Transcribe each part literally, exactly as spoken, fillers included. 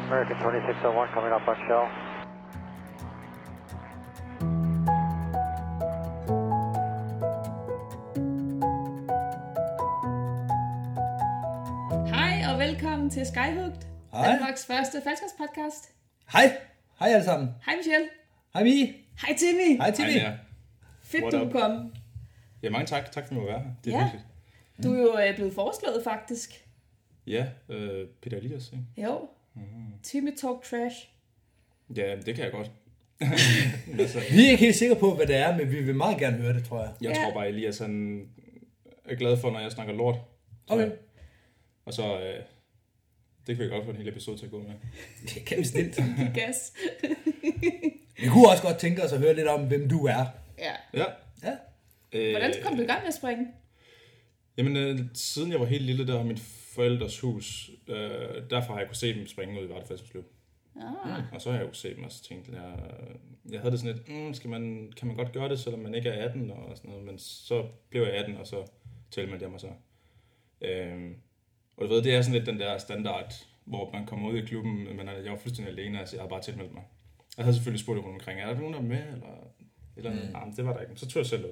American twenty-six oh one coming up on shell. Hej og velkommen til Skyhooked, Danmarks første faldskærmspodcast. Hej. Hej alle sammen. Hej Michelle. Hej Mie. Hej Timmy. Hej Timmy. Hej, ja. Fedt What du up? kunne komme. Ja, mange tak. Tak for at jeg må være her. Det er Ja. hyggeligt. Du er jo øh, blevet foreslået faktisk. Ja, øh, Peter Elias, ikke? Jo. Mm. Timmy talk trash. Ja, det kan jeg godt. altså, Vi er ikke helt sikre på, hvad det er, men vi vil meget gerne høre det, tror jeg. jeg Ja. tror bare, Elias han er glad for, når jeg snakker lort. tror Okay. jeg. Og så, øh, det kan vi godt få en hel episode til at gå med. Det kan vi stille. Giv gas. Vi kunne også godt tænke os at høre lidt om, hvem du er. Ja. Ja. Ja. Øh, Hvordan kom du i gang med at springe? Jamen, øh, siden jeg var helt lille, der har mit forældres hus, øh, derfor har jeg kunne se dem springe ud i Vartefaldsløb. Ah. Og så har jeg jo set dem, og så tænkte jeg, jeg havde det sådan lidt, mm, skal man, kan man godt gøre det, selvom man ikke er atten og sådan noget, men så blev jeg atten, og så tilmeldte jeg mig så. Øhm, og du ved, det er sådan lidt den der standard, hvor man kommer ud i klubben, men jeg var fuldstændig alene, altså jeg havde bare tilmeldt mig. Jeg havde selvfølgelig spurgt rundt omkring, er der nogen der er med, eller, eller mm. nej, det var der ikke, så tog jeg selv ud.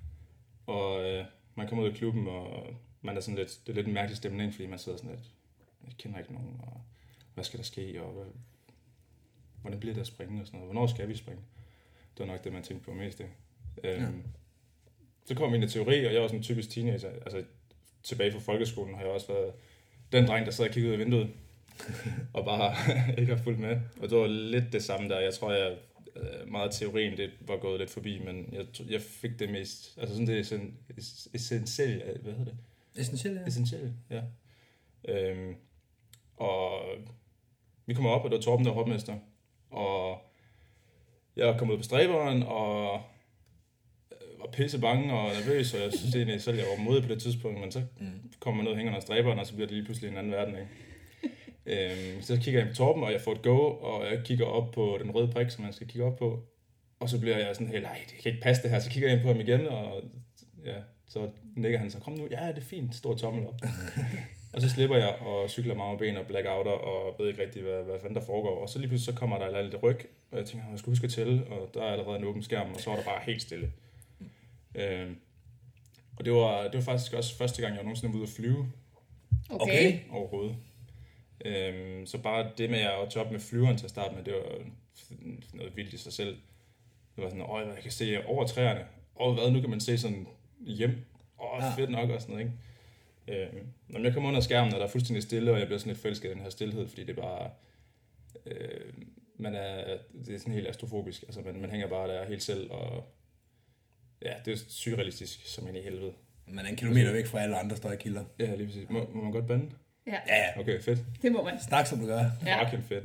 Og øh, man kommer ud i klubben, og man er sådan lidt, det er lidt en mærkelig stemning, fordi man sidder sådan lidt, jeg kender ikke nogen, og hvad skal der ske, og hvad, hvordan bliver det at springe og sådan noget, hvornår skal vi springe? Det var nok det, man tænkte på mest. Øhm, ja. Så kom vi ind i teori, og jeg var sådan en typisk teenager, altså tilbage fra folkeskolen har jeg også været den dreng, der sad og kiggede ud af vinduet, og bare ikke har fulgt med. Og det var lidt det samme der, jeg tror, jeg meget teorien, det var gået lidt forbi, men jeg, jeg fik det mest, altså sådan det essentielle, hvad hedder det? Essentielle, ja. Essentielle, ja. Øhm, og vi kommer op, og det var Torben, der var hopmester, og jeg kom ud på stræberen, og var pisse bange og nervøs, og jeg synes egentlig selv, jeg var modig på det tidspunkt, men så kommer man ned og hænger under stræberen, og så bliver det lige pludselig en anden verden, ikke? øhm, så kigger jeg på Torben, og jeg får et go, og jeg kigger op på den røde prik, som man skal kigge op på, og så bliver jeg sådan helt, nej, det kan ikke passe det her, så kigger jeg ind på ham igen, og ja, så nikker han så, kom nu, ja, det er fint, stor tommel op. Og så slipper jeg og cykler meget med ben og blackouter og ved ikke rigtig, hvad, hvad fanden der foregår. Og så lige pludselig så kommer der lidt ryg, og jeg tænker, jeg skal huske at tælle, og der er allerede en åben skærm, og så var der bare helt stille. Øhm, og det var, det var faktisk også første gang, jeg nogensinde var ude at flyve. Okay. Okay. Overhovedet. Øhm, så bare det med at tage op med flyveren til at starte med, det var noget vildt i sig selv. Det var sådan, åh, jeg kan se over træerne. Åh, hvad, nu kan man se sådan hjem. Åh, fedt nok og sådan noget, ikke? Øh, når jeg kommer under skærmen, og der er fuldstændig stille, og jeg bliver sådan lidt forelsket i den her stillhed, fordi det er bare, øh, man er, det er sådan helt astrofobisk, altså man, man hænger bare der helt selv, og ja, det er surrealistisk, som ind i helvede. Man er en kilometer væk fra alle andre støjkilder. Ja, lige præcis. Må, må man godt bande? Ja, Ja, Okay, fedt. det må man. snak som du gør. Ja. Fucking fedt.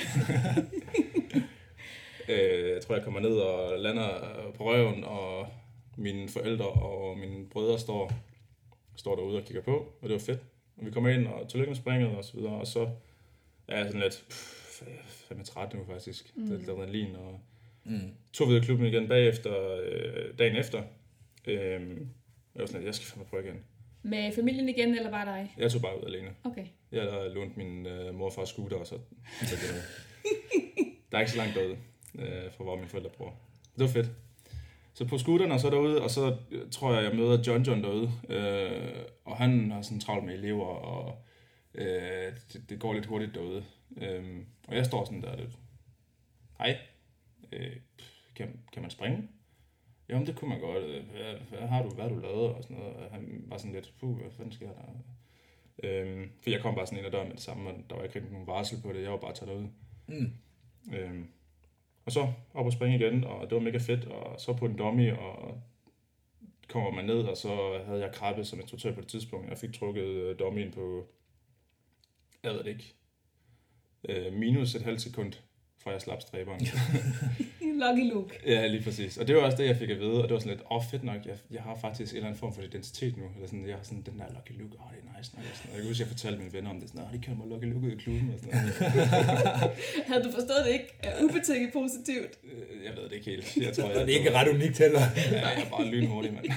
øh, jeg tror, jeg kommer ned og lander på røven, og mine forældre og mine brødre står står derude og kigger på, og det var fedt. Og vi kommer ind, og tillykke med springet, og så videre, og så er jeg sådan lidt, pff, jeg er træt nu faktisk, mm. det er lidt adrenalin, og Mm. tog videre klubben igen bagefter, øh, dagen efter. Øh, jeg var sådan lidt, jeg skal fandme prøve igen. Med familien igen, eller bare dig? Jeg tog bare ud alene. Okay. Jeg havde lånt min øh, mor og fars scooter, og så, så det, der er ikke så langt derude, øh, fra hvor mine forældre bor. Det var fedt. Så på scooteren og så derude, og så tror jeg, jeg møder John John derude, øh, og han har sådan travlt med elever, og øh, det, det går lidt hurtigt derude. Øh, og jeg står sådan der lidt, hej, øh, kan, kan man springe? Jamen det kunne man godt, hvad, hvad har du, hvad har du lavet, og sådan noget, og han var sådan lidt, puh, hvad fanden sker der? Øh, for jeg kom bare sådan ind ad døren med det samme, og der var ikke rigtig nogen varsel på det, jeg var bare taget derude. Mm. Øh, Og så op og springe igen, og det var mega fedt, og så på en dummy, og kommer man ned, og så havde jeg krabbe som instruktør på det tidspunkt. Jeg fik trukket dummyen på, jeg ved det ikke, øh, minus et halvt sekund, fra jeg slap stræberen. Lucky Luke. Ja, lige præcis. Og det var også det, jeg fik at vide, og det var sådan lidt, åh, oh, fedt nok, jeg, jeg har faktisk en eller anden form for identitet nu, eller sådan, jeg har sådan den der Lucky Luke, åh, oh, det er nice nok, og sådan. Jeg kan huske, jeg fortalte mine venner om det, sådan, åh, oh, de kalder mig Lucky Luke ud i klubben, og sådan noget. Havde du forstået det ikke? Ubetinget positivt. Jeg ved det ikke helt. Jeg tror, jeg, Det er ikke ret unikt heller. Ja, jeg er bare lynhurtig, mand.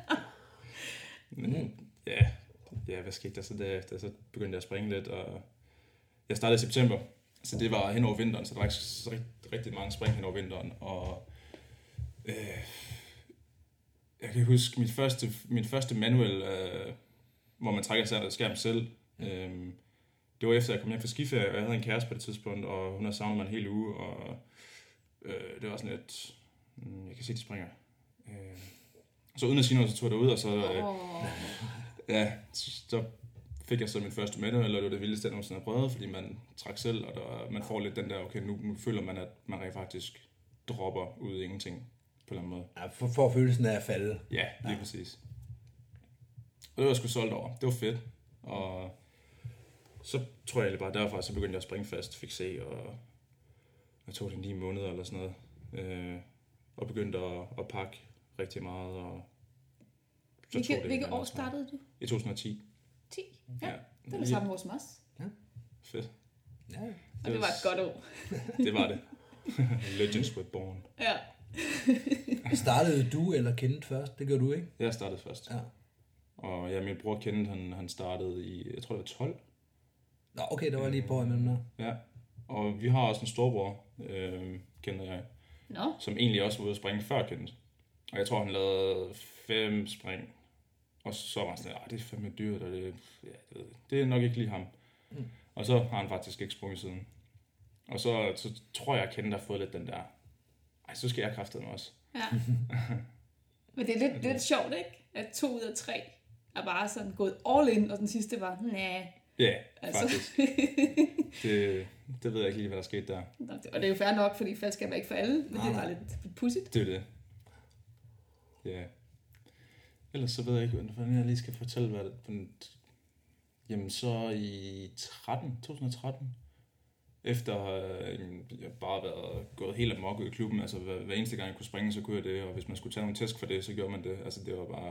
Men ja, ja, hvad skete der så derefter? Så begyndte jeg at springe lidt, og jeg startede i september, så det var hen over vinteren, så der var ikke så rigtig, rigtig mange spring hen over vinteren, og øh, jeg kan huske mit første, min første manual, øh, hvor man trækker skærm selv, øh, det var efter jeg kom hjem fra skiferie, og jeg havde en kæreste på det tidspunkt, og hun havde savnet mig en hel uge, og øh, det var sådan et, jeg kan se, de springer. Øh, så uden at sige noget, så tog jeg derud, og så, øh, oh. ja, så fik jeg så min første manual, og det var det vildeste, jeg nogensinde har prøvet, fordi man trak selv, og der, man får lidt den der, okay, nu, nu føler man, at man rent faktisk dropper ud i ingenting, på en eller anden måde. Ja, for, for følelsen af at falde. Ja, lige ja. Præcis. Og det var jeg sgu solgt over. Det var fedt. Og så tror jeg bare derfra, så begyndte jeg at springe fast, fik se, og jeg tog det ni måneder eller sådan noget. Øh, og begyndte at, at pakke rigtig meget. Og så hvilke hvilke år startede du? I to tusind og ti. ti? Ja, ja. Det var det samme år som os. Ja. Fedt. Ja. Det og det var et godt år. Det var det. Legends were born. Ja. Startede du eller Kenneth først? Det gør du, ikke? Jeg startede først. Ja. Og ja, min bror Kenneth, han, han startede i, jeg tror det var tolv. Nå, okay, der var lige et par år imellem der. Ja, og vi har også en storbror, øh, kender jeg, no. som egentlig også var ude at springe før Kenneth. Og jeg tror, han lavede fem spring, og så var han sådan, det er fandme dyrt, og det, ja, det, det er nok ikke lige ham. Mm. Og så har han faktisk ikke sprunget siden. Og så, så tror jeg, at Kenneth har fået lidt den der, ej, så skal jeg kraftedeme også. Ja. Men det er lidt, lidt sjovt, ikke? At to ud af tre er bare sådan gået all in, og den sidste var, næh. Ja, altså. Faktisk. det, det ved jeg ikke lige, hvad der skete der. Og det er jo fair nok, fordi faldskærm er ikke for alle, men nej, det er bare lidt, lidt pudsigt. Det er det. Ja. Ellers så ved jeg ikke, hvordan jeg lige skal fortælle, hvad det jamen så i tretten, to tusind og tretten, efter øh, jeg bare været gået helt amok ud i klubben, altså hver, hver eneste gang jeg kunne springe, så kunne jeg det, og hvis man skulle tage nogle tæsk for det, så gjorde man det. Altså det var bare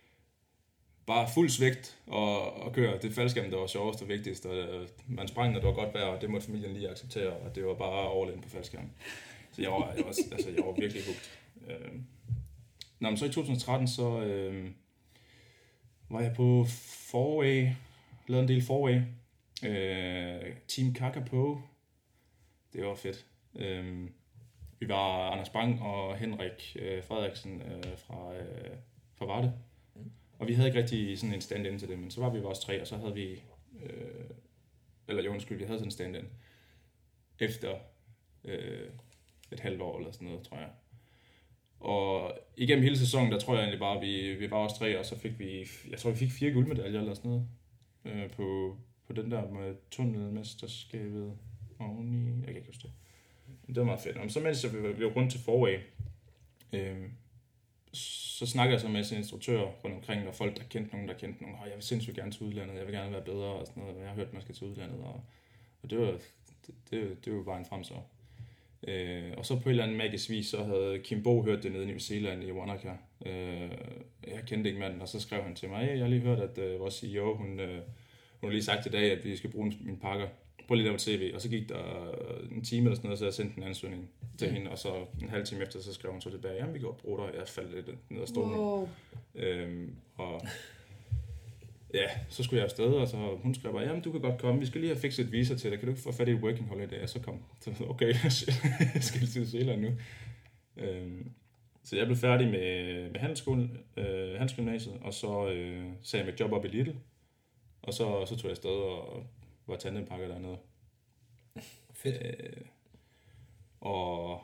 bare fuld svigt og, og køre. Det faldskærm, der var sjovest og vigtigst, og man sprang, når det var godt vejr, og det måtte familien lige acceptere, og det var bare all in på faldskærm. Så jeg var, jeg var, altså, jeg var virkelig hugt. Øh. Nå, men så i to tusind og tretten, så øh, var jeg på four-way, lavede en del four-way. Øh, Team Kakapo. Det var fedt. Øh, vi var Anders Bang og Henrik øh, Frederiksen øh, fra, øh, fra Varde. Og vi havde ikke rigtig sådan en stand-in til det, men så var vi også tre, og så havde vi, øh, eller jo undskyld, vi havde sådan en stand-in efter øh, et halvt år eller sådan noget, tror jeg. Og igennem hele sæsonen, der tror jeg egentlig bare, vi, vi var også tre, og så fik vi, jeg tror vi fik fire guldmedaljer eller sådan noget, øh, på, på den der med tunnelmesterskabet oveni, jeg kan ikke huske det. Det var meget fedt. Og så mens jeg, vi var rundt til four-way, øh, så snakker jeg så med sin instruktør rundt omkring, og folk, der kendte nogen, der kendte nogen, og jeg vil sindssygt gerne til udlandet, jeg vil gerne være bedre, og sådan noget, jeg har hørt, man skal til udlandet, og, og det var det, det, det var bare en frem så. Øh, og så på et eller andet magisk vis, så havde Kim Bo hørt det nede i New Zealand i Wanaka. Øh, jeg kendte ikke manden, og så skrev han til mig, jeg har lige hørt, at øh, vores C E O, hun, øh, hun har lige sagt i dag, at vi skal bruge min pakker. Prøv lige at lave T V, og så gik der en time eller sådan noget, så jeg sendte en ansøgning til mm. hende, og så en halv time efter, så skrev hun så tilbage, jamen vi kan godt bruge dig, jeg faldt lidt ned ad stolen. Wow. Øhm, og ja, så skulle jeg afsted, og så hun skrev bare, jamen du kan godt komme, vi skal lige have fikset et visa til dig, kan du ikke få fat i et working holiday? Og så kom, så okay, jeg skal til New Zealand nu. Øhm, så jeg blev færdig med, med handelsskolen, øh, handelsgymnasiet, og så øh, sagde jeg mit job op i Lidl, og så, så tog jeg afsted og var tandempakker dernede. Fedt. Øh, og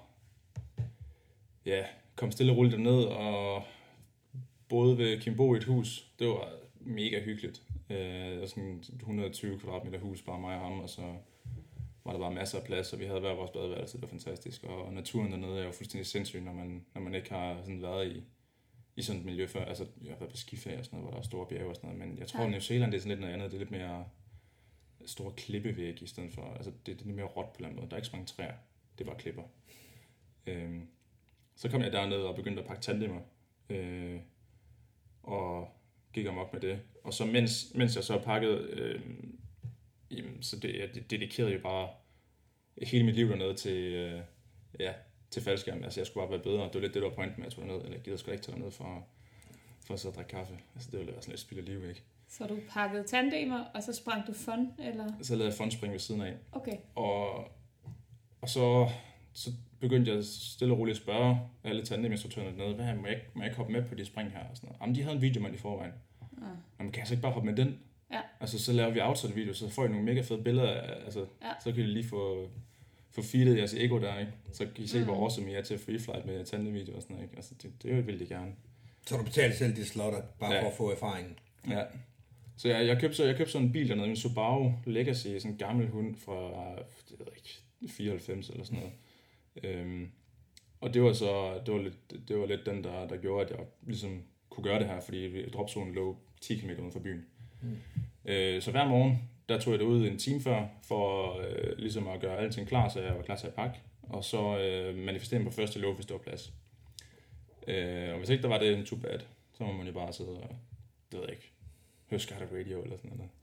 ja, kom stille og roligt derned, og boede ved Kim Bo i et hus. Det var mega hyggeligt. Øh, det var sådan et et hundrede og tyve kvadratmeter hus, bare mig og ham, og så var der bare masser af plads, og vi havde hver vores badeværelse, det var fantastisk. Og naturen dernede er jo fuldstændig sindssyg, når man, når man ikke har sådan været i, i sådan et miljø før. Altså, jeg har været på skiferie og sådan noget, hvor der er store bjerge og sådan noget, men jeg tror, at New Zealand det er sådan lidt noget andet. Det er lidt mere store klippevæg i stedet for, altså det, det er lidt mere råt på den måde. Der er ikke så mange træer, det er bare klipper. Øhm, så kom jeg derned og begyndte at pakke tandemer, øh, og gik amok med det. Og så mens, mens jeg så pakkede, øh, jamen, så det, jeg dedikerede jo bare hele mit liv dernede til, øh, ja, til faldskærm. Altså jeg skulle bare være bedre. Det var lidt det, der var pointen med, at jeg tog derned, eller jeg gider sgu ikke tage derned for, for at sidde og drikke kaffe. Altså, det ville være sådan lidt spild af liv, ikke? Så du pakkede tandemer, og så sprang du fun, eller? Så lavede jeg fondspring ved siden af. Okay. Og, og så, så begyndte jeg stille og roligt at spørge alle tandeminstruktørerne dernede, hvad må jeg, må jeg ikke hoppe med på de spring her? Og sådan noget. Jamen, de havde en videomand i forvejen. Ja. Jamen, kan jeg så ikke bare hoppe med den? Ja. Altså, så laver vi aftale-video, så får I nogle mega fede billeder. Altså, Ja. så kan I lige få, få feedet jeres ego der, ikke? Så kan I se, Mm. hvor awesome I er til free flight med tandevideo og sådan noget, ikke? Altså, det, det vil de gerne. Så du betaler selv de slotter, bare Ja. for at få erfaringen. Ja. Så jeg, jeg, købte, så jeg købte sådan en bil dernede, en Subaru Legacy, sådan en gammel hund fra, det ved jeg ikke, fireoghalvfems eller sådan noget. Øhm, og det var så, det var lidt, det var lidt den, der, der gjorde, at jeg ligesom kunne gøre det her, fordi dropzonen lå ti kilometer uden for byen. Mm. Øh, så hver morgen, der tog jeg det ud en time før, for øh, ligesom at gøre alting klar, så jeg var klar til at pakke, og så øh, manifestere mig på første lov, hvis det var plads. Øh, og hvis ikke der var det en too bad, så må man jo bare sidde og, det ved jeg ikke, høre Skyder Radio eller sådan noget.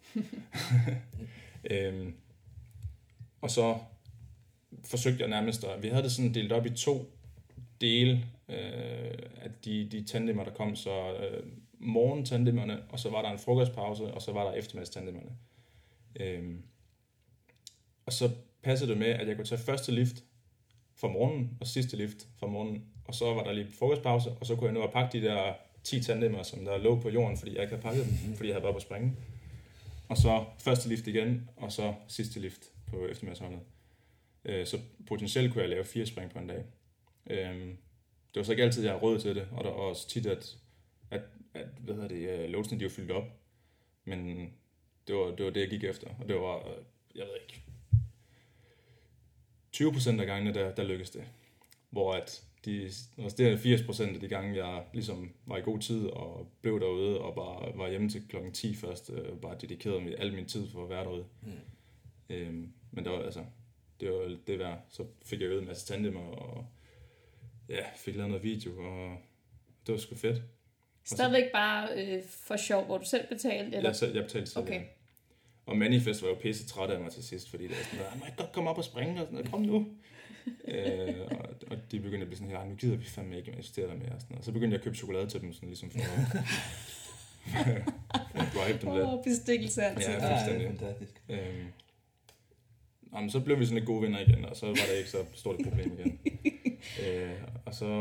øhm, og så forsøgte jeg nærmest, at vi havde det sådan delt op i to dele øh, af de, de tandemmer, der kom, så øh, morgentandemmerne, og så var der en frokostpause, og så var der eftermiddagstandemmerne. Øhm, og så passede det med, at jeg kunne tage første lift fra morgenen, og sidste lift fra morgenen, og så var der lige frokostpause, og så kunne jeg nå at pakke de der ti tandemmer, som der lå på jorden, fordi jeg ikke havde pakket dem, fordi jeg havde været på springe. Og så første lift igen, og så sidste lift på eftermiddagsholdet. Øh, så potentielt kunne jeg lave fire spring på en dag. Øh, det var så ikke altid, jeg havde råd til det, og der var også tit, at, at, at hvad hedder det, loadsene, de var fyldt op. Men det var, det var det, jeg gik efter, og det var, jeg ved ikke, tyve procent af gangene, der, der lykkedes det. Hvor at de resterende firs procent af de gange, jeg ligesom var i god tid og blev derude og bare var hjemme til klokken ti først, øh, bare dedikerede mig al min tid for at være derude. Mm. Øhm, men det var altså, det var det værd. Så fik jeg øvet en masse tandemmer og ja, fik lavet noget video, og det var sgu fedt. Stadigvæk bare øh, for sjov, hvor du selv betalte? Eller? Jeg, selv, jeg betalte selv. Okay. Og Manifest var jo pisse træt af mig til sidst, fordi det var sådan, der, må jeg godt komme op og springe, og sådan noget, kom nu. øh, og, og de begyndte at blive sådan her, nu gider vi fandme ikke investere der mere. Og, sådan, og så begyndte jeg at købe chokolade til dem, sådan ligesom for at drive dem lidt. Åh, oh, bestikkelse altid. Ja, fuldstændig. Ja, det er fantastisk. Øhm, jamen, så blev vi sådan lidt gode venner igen, og så var det ikke så stort et problem igen. øh, og så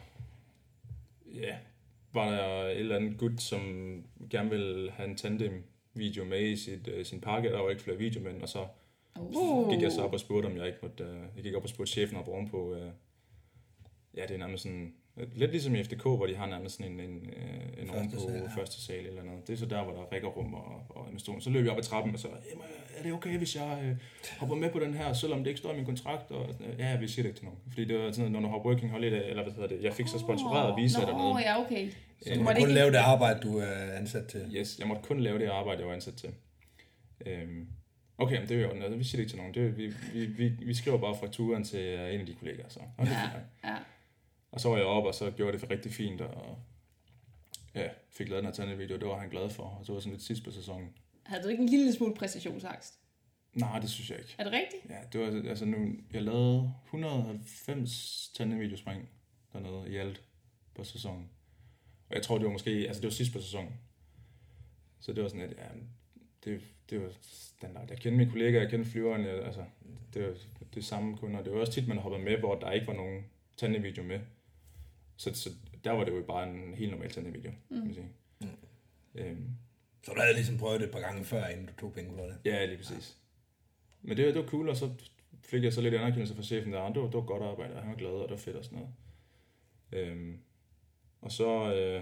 ja, var der et eller andet gut, som gerne ville have en tandem video med i sit, uh, sin pakke, der var ikke flere videomænd, og så Uh. gik jeg så op og spurgte, om jeg ikke måtte, uh, jeg gik op og spurgte chefen op ovenpå, uh, ja, det er nærmest sådan, lidt ligesom i F D K, hvor de har nærmest sådan en, en, en, en ovenpå sal, ja. første sal eller noget. Det er så der, hvor der er rækkerrum og, og en stol. Så løb jeg op ad trappen og så, er det okay, hvis jeg øh, hopper med på den her, selvom det ikke står i min kontrakt? Og, øh, ja, vi siger det ikke til nogen. Fordi det var sådan, når du har working holiday, eller hvad hedder det, jeg fik så sponsoreret oh, visa no, dernede. Åh, ja, okay. Så du må kun lave det arbejde, du er ansat til. Yes, jeg måtte kun lave det arbejde, jeg var ansat til. Øhm, okay, men det er jo noget, vi siger det ikke til nogen. Det er, vi, vi, vi, vi skriver bare fakturen til en af de kollegaer, så. Og, det Ja, ja. og så var jeg op, og så gjorde det rigtig fint, og ja, fik lavet den her tandevideo, det var han glad for, og så var sådan lidt sidst på sæsonen. Havde du ikke en lille smule præcisionsangst? Nej, det synes jeg ikke. Er det rigtigt? Ja, det var altså nu, jeg lavede et hundrede og halvfems tandevideospring dernede i alt på sæsonen. Og jeg tror, det var måske, altså det var sidst på sæsonen. Så det var sådan, at ja, det, det var standard. Jeg kendte mine kollegaer, jeg kendte flyverne, altså det var det samme kunder. Det var også tit, man hoppede med, hvor der ikke var nogen tandevideo med. Så, så der var det jo bare en helt normal tandevideo, mm. kan man sige. Mm. Øhm, Så du havde ligesom prøvet det et par gange før, inden du tog penge for det? Ja, lige præcis. Men det, det var cool, og så fik jeg så lidt anerkendelse fra chefen der, og det var, det var godt arbejde, og han var glad, og det var fedt og sådan noget. Øhm, og så, øh,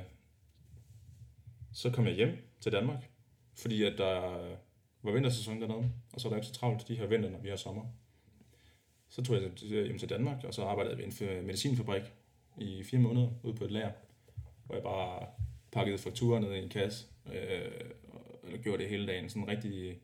så kom jeg hjem til Danmark, fordi at der var vintersæson dernede, og så er der ikke så travlt de her vinter, når vi har sommer. Så tog jeg hjem til Danmark, og så arbejdede vi i en medicinfabrik i fire måneder ude på et lager, hvor jeg bare pakkede fakturer ned i en kasse, øh, og gjorde det hele dagen, sådan rigtig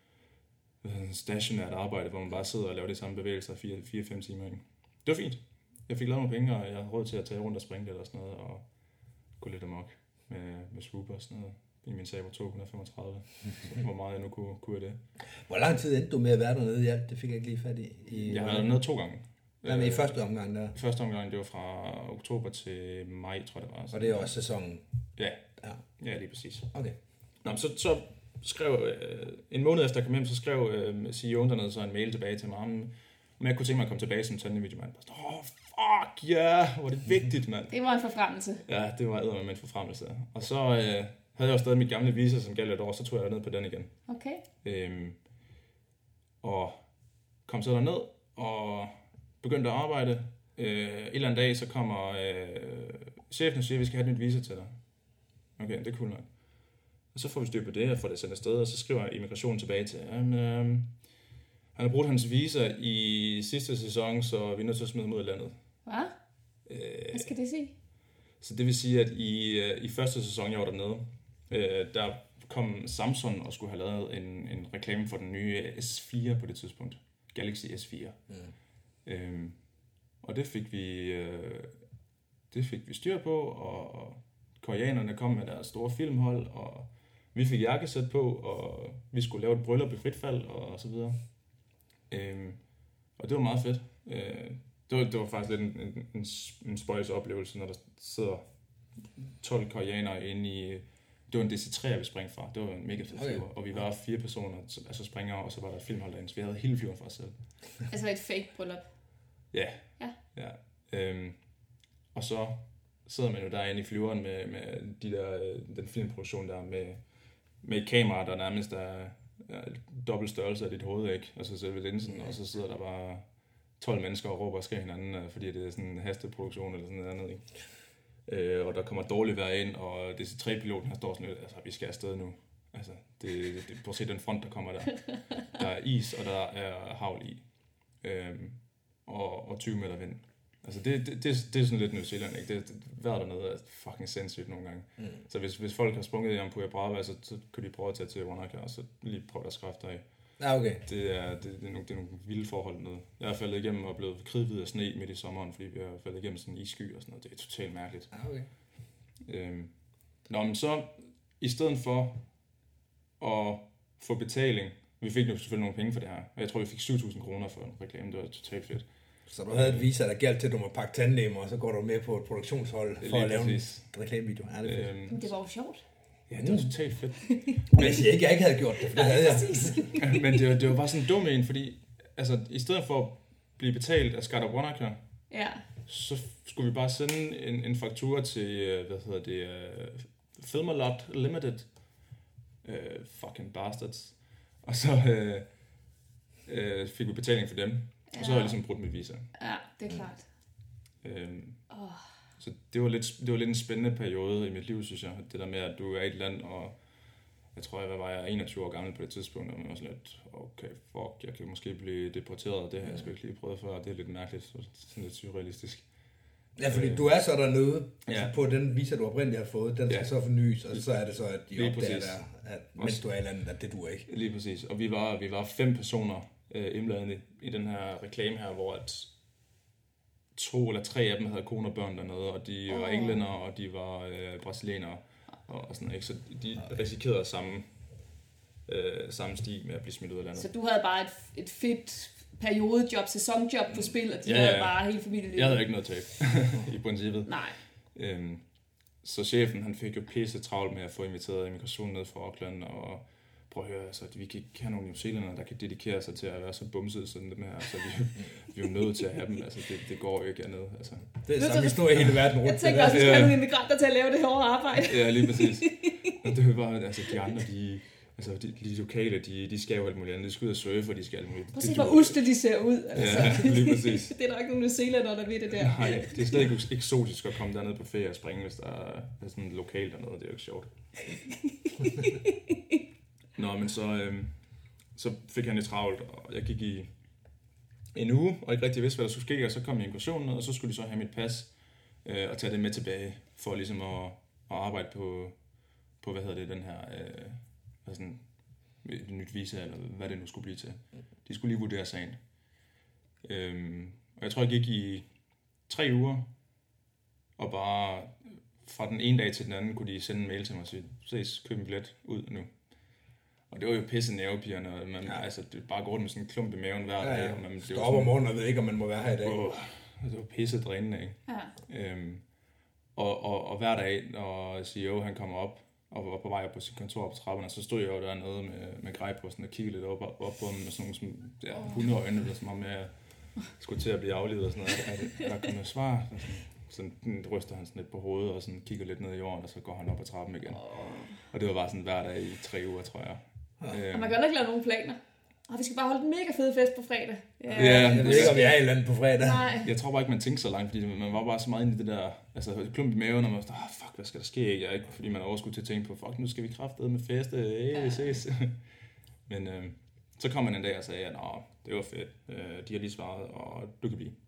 stationært arbejde, hvor man bare sidder og laver de samme bevægelser i fire fem timer. Ikke? Det var fint. Jeg fik lavet nogle penge, og jeg havde råd til at tage rundt og springe lidt og sådan noget, og gå lidt amok med, med swoop og sådan noget. I min sag var to hundrede og femogtredive, så hvor meget jeg nu kunne, kunne af det. Hvor lang tid endte du med at være dernede? Ja, det fik jeg ikke lige fat i. i jeg har været dernede to gange. Ja, men i første omgang der. I første omgang, det var fra oktober til maj, tror jeg det var. Og det er også sæsonen. Ja. Ja. Ja, lige præcis. Okay. Nå, så, så skrev, øh, en måned efter jeg kom hjem, så skrev øh, C E O'en dernede så en mail tilbage til mig, om om jeg kunne tænke mig at komme tilbage som Tandem-videomand. Åh, oh, fuck, ja, yeah, hvor er det vigtigt, mand. Det var en forfremmelse. Ja, det var eddermame en forfremmelse. Og så øh, havde jeg jo stadig mit gamle visa, som galt et år, så tog jeg ned på den igen. Okay. Øhm, og kom så derned, og begyndte at arbejde. Øh, en eller anden dag, så kommer øh, chefen og siger, at vi skal have et nyt visa til dig. Okay, det er cool nok. Og så får vi styr på det, og får det sendt afsted, og så skriver immigrationen tilbage til, at øh, han har brugt hans visa i sidste sæson, så vi er nødt til at smide ham ud af landet. Hvad? Øh, Hvad skal det sige? Så det vil sige, at i, øh, i første sæson, jeg var dernede, øh, der kom Samsung og skulle have lavet en, en reklame for den nye S fire på det tidspunkt. Galaxy S fire. Mm. Øhm, og det fik vi øh, det fik vi styr på, og, og koreanerne kom med deres store filmhold, og vi fik jakkesæt på, og vi skulle lave et bryllup i frit fald, og så videre. Øhm, og det var meget fedt. Øh, det, var, det var faktisk lidt en, en, en, en spøjs oplevelse, når der sidder tolv koreanere inde i... Det var en D C tre, vi springte fra. Det var en mega fed Okay. flyver. Og vi var fire personer, altså springere, og så var der et filmhold derinde, så vi havde hele flyveren for os selv. Altså et fake bryllup. Ja. Ja. ja. Øhm, og så sidder man jo derinde i flyveren med, med de der, øh, den filmproduktion der, med, med et kamera, der nærmest er, er dobbelt størrelse af dit hoved, ikke? Altså selve linsen, og så sidder der bare tolv mennesker og råber og skriger hinanden, øh, fordi det er sådan en hasteproduktion eller sådan noget andet, ikke? Øh, og der kommer dårligt vejr ind, og D C tre-piloten her står sådan lidt, altså vi skal afsted nu. Altså, det, det, prøv at se den front, der kommer der. Der er is, og der er havl i. Øhm, og, og tyve meter vind. Altså, det, det, det, det er sådan lidt New Zealand, ikke? Det, det, vejret dernede er fucking sindssygt nogle gange. Mm. Så hvis, hvis folk har sprunget i Ampua Brava, så, så kan de prøve at tage til Wanaka, og så lige prøve deres kræfter af. Ja, okay. Det er, det, det, er nogle, det er nogle vilde forhold dernede. Jeg er faldet igennem og blevet kridhvid af sne midt i sommeren, fordi vi har faldet igennem sådan en issky og sådan noget. Det er totalt mærkeligt. Ja, okay. Øhm. Nå, men så i stedet for at få betaling, vi fik jo selvfølgelig nogle penge for det her, og jeg tror, vi fik syv tusind kroner for en reklame. Det var totalt fedt. Så du havde et visa, der galt til, at du må pakke tandemmer, og så går du med på et produktionshold for Lige at lave præcis. en reklamevideo. Ja, det er fedt. Øhm, Men det var jo sjovt. ja, det var totalt fedt. Men jeg siger ikke, at jeg ikke havde gjort det, for det havde jeg. Men det var, det var bare sådan en dum en, fordi altså, i stedet for at blive betalt af Skat og Wanaka, Ja. så skulle vi bare sende en, en faktura til, øh, hvad hedder det, uh, Filmalot Limited. Uh, fucking bastards. Og så uh, uh, fik vi betaling for dem. Ja. Og så har jeg ligesom brudt mit visa. Ja, det er klart. Um, Oh. så det var, lidt, det var lidt en spændende periode i mit liv, synes jeg. Det der med, at du er i et land, og jeg tror, jeg hvad var jeg enogtyve år gammel på det tidspunkt, og man var sådan lidt, okay, fuck, jeg kan måske blive deporteret, det har jeg sgu ikke lige prøvet før, det er lidt mærkeligt, sådan lidt surrealistisk. Ja, fordi du er så dernede, Ja. altså på den visa, du oprindeligt har fået, den skal Ja. så fornyes, og så er det så, at de Lige opdager præcis. der, at mens du er i landet, at det duer ikke. Lige præcis. Og vi var, vi var fem personer øh, indblandet i, i den her reklame her, hvor at to eller tre af dem havde kone og børn dernede, og de var Åh. englænder, og de var øh, brasilianere, og, og sådan, ikke? Så de risikerede samme, øh, samme sti med at blive smidt ud af landet. Så du havde bare et, et fedt periodejob, sæsonjob på spil, og de Ja, ja, ja, havde ja. bare hele familien. Jeg havde ikke noget tab, i princippet. Nej. Øhm, så chefen, han fik jo pisse travlt med at få inviteret immigrationen ned fra Auckland, og prøv at høre, altså, vi kan ikke have nogle New Zealandere, der kan dedikere sig til at være så bumset sådan dem her, så vi, vi er jo nødt til at have dem, altså det, det går jo ikke andet, altså. Det er så- samme historie i hele verden rundt. Jeg tænker det også, at vi der. skal have Ja. nogle immigranter til at lave det her arbejde. Ja, lige præcis. Og det var bare, altså de andre, de, altså de, de lokale, de, de skal jo alt muligt andet, de skal ud og surfe, og de skal alt muligt. Prøv at Det se, hvor duer usle de ser ud. Altså. Ja, lige præcis. Det er der ikke nogen New Zealander, der ved det der. Nej, det er slet ikke eksotisk at komme derned på ferie og springe, hvis der er er sådan lokalt dernede, det er jo ikke sjovt. Nå, men så, øhm, så fik han det travlt, og jeg gik i en uge, og ikke rigtig vidste, hvad der skulle ske, og så kom immigrationen ned, og så skulle de så have mit pas, øh, og tage det med tilbage, for ligesom at, at arbejde på, på, hvad hedder det, den her, øh, hvad sådan, et nyt visa, eller hvad det nu skulle blive til. De skulle lige vurdere sagen. Øhm, og jeg tror, jeg gik i tre uger, og bare fra den ene dag til den anden, kunne de sende en mail til mig og sige, ses, køb en billet ud nu. Og det var jo pisse nervepirrende, og man, ja. altså, det bare går rundt med sådan en klump i maven hver dag. Ja, ja. Og man, det Står op om morgenen og ved ikke, om man må være her i dag. Åh, det var pisse drænende, ikke? Ja. Øhm, Og, og, og hver dag, når C E O han kommer op, og var på vej op på sit kontor på trapperne, så stod jeg jo dernede med, med grej på sådan, og kiggede lidt op, op, op på ham med sådan nogle som, ja, hundeøjne, der som om jeg skulle til at blive aflivet og sådan noget. Er, det, er der kommet svar? Og sådan, sådan ryster han sådan lidt på hovedet, og sådan kigger lidt ned i jorden, og så går han op ad trappen igen. Og det var bare sådan hver dag i tre uger, tror jeg. Ja. Øhm. Og man kan jo ikke lave nogen planer. Og vi skal bare holde en mega fed fest på fredag. Ja, ja jeg ved ikke, om vi er i landet på fredag. Nej. Jeg tror bare ikke, man tænkte så langt, fordi man var bare så meget inde i det der, altså klump i maven, og man var sådan, ah, fuck, hvad skal der ske? Jeg er ikke, fordi man er overskud til at tænke på, fuck, nu skal vi kraftedeme med feste, hey, ja. vi ses. Men øh, så kom man en dag og sagde, at det var fedt, øh, de har lige svaret, og du kan blive.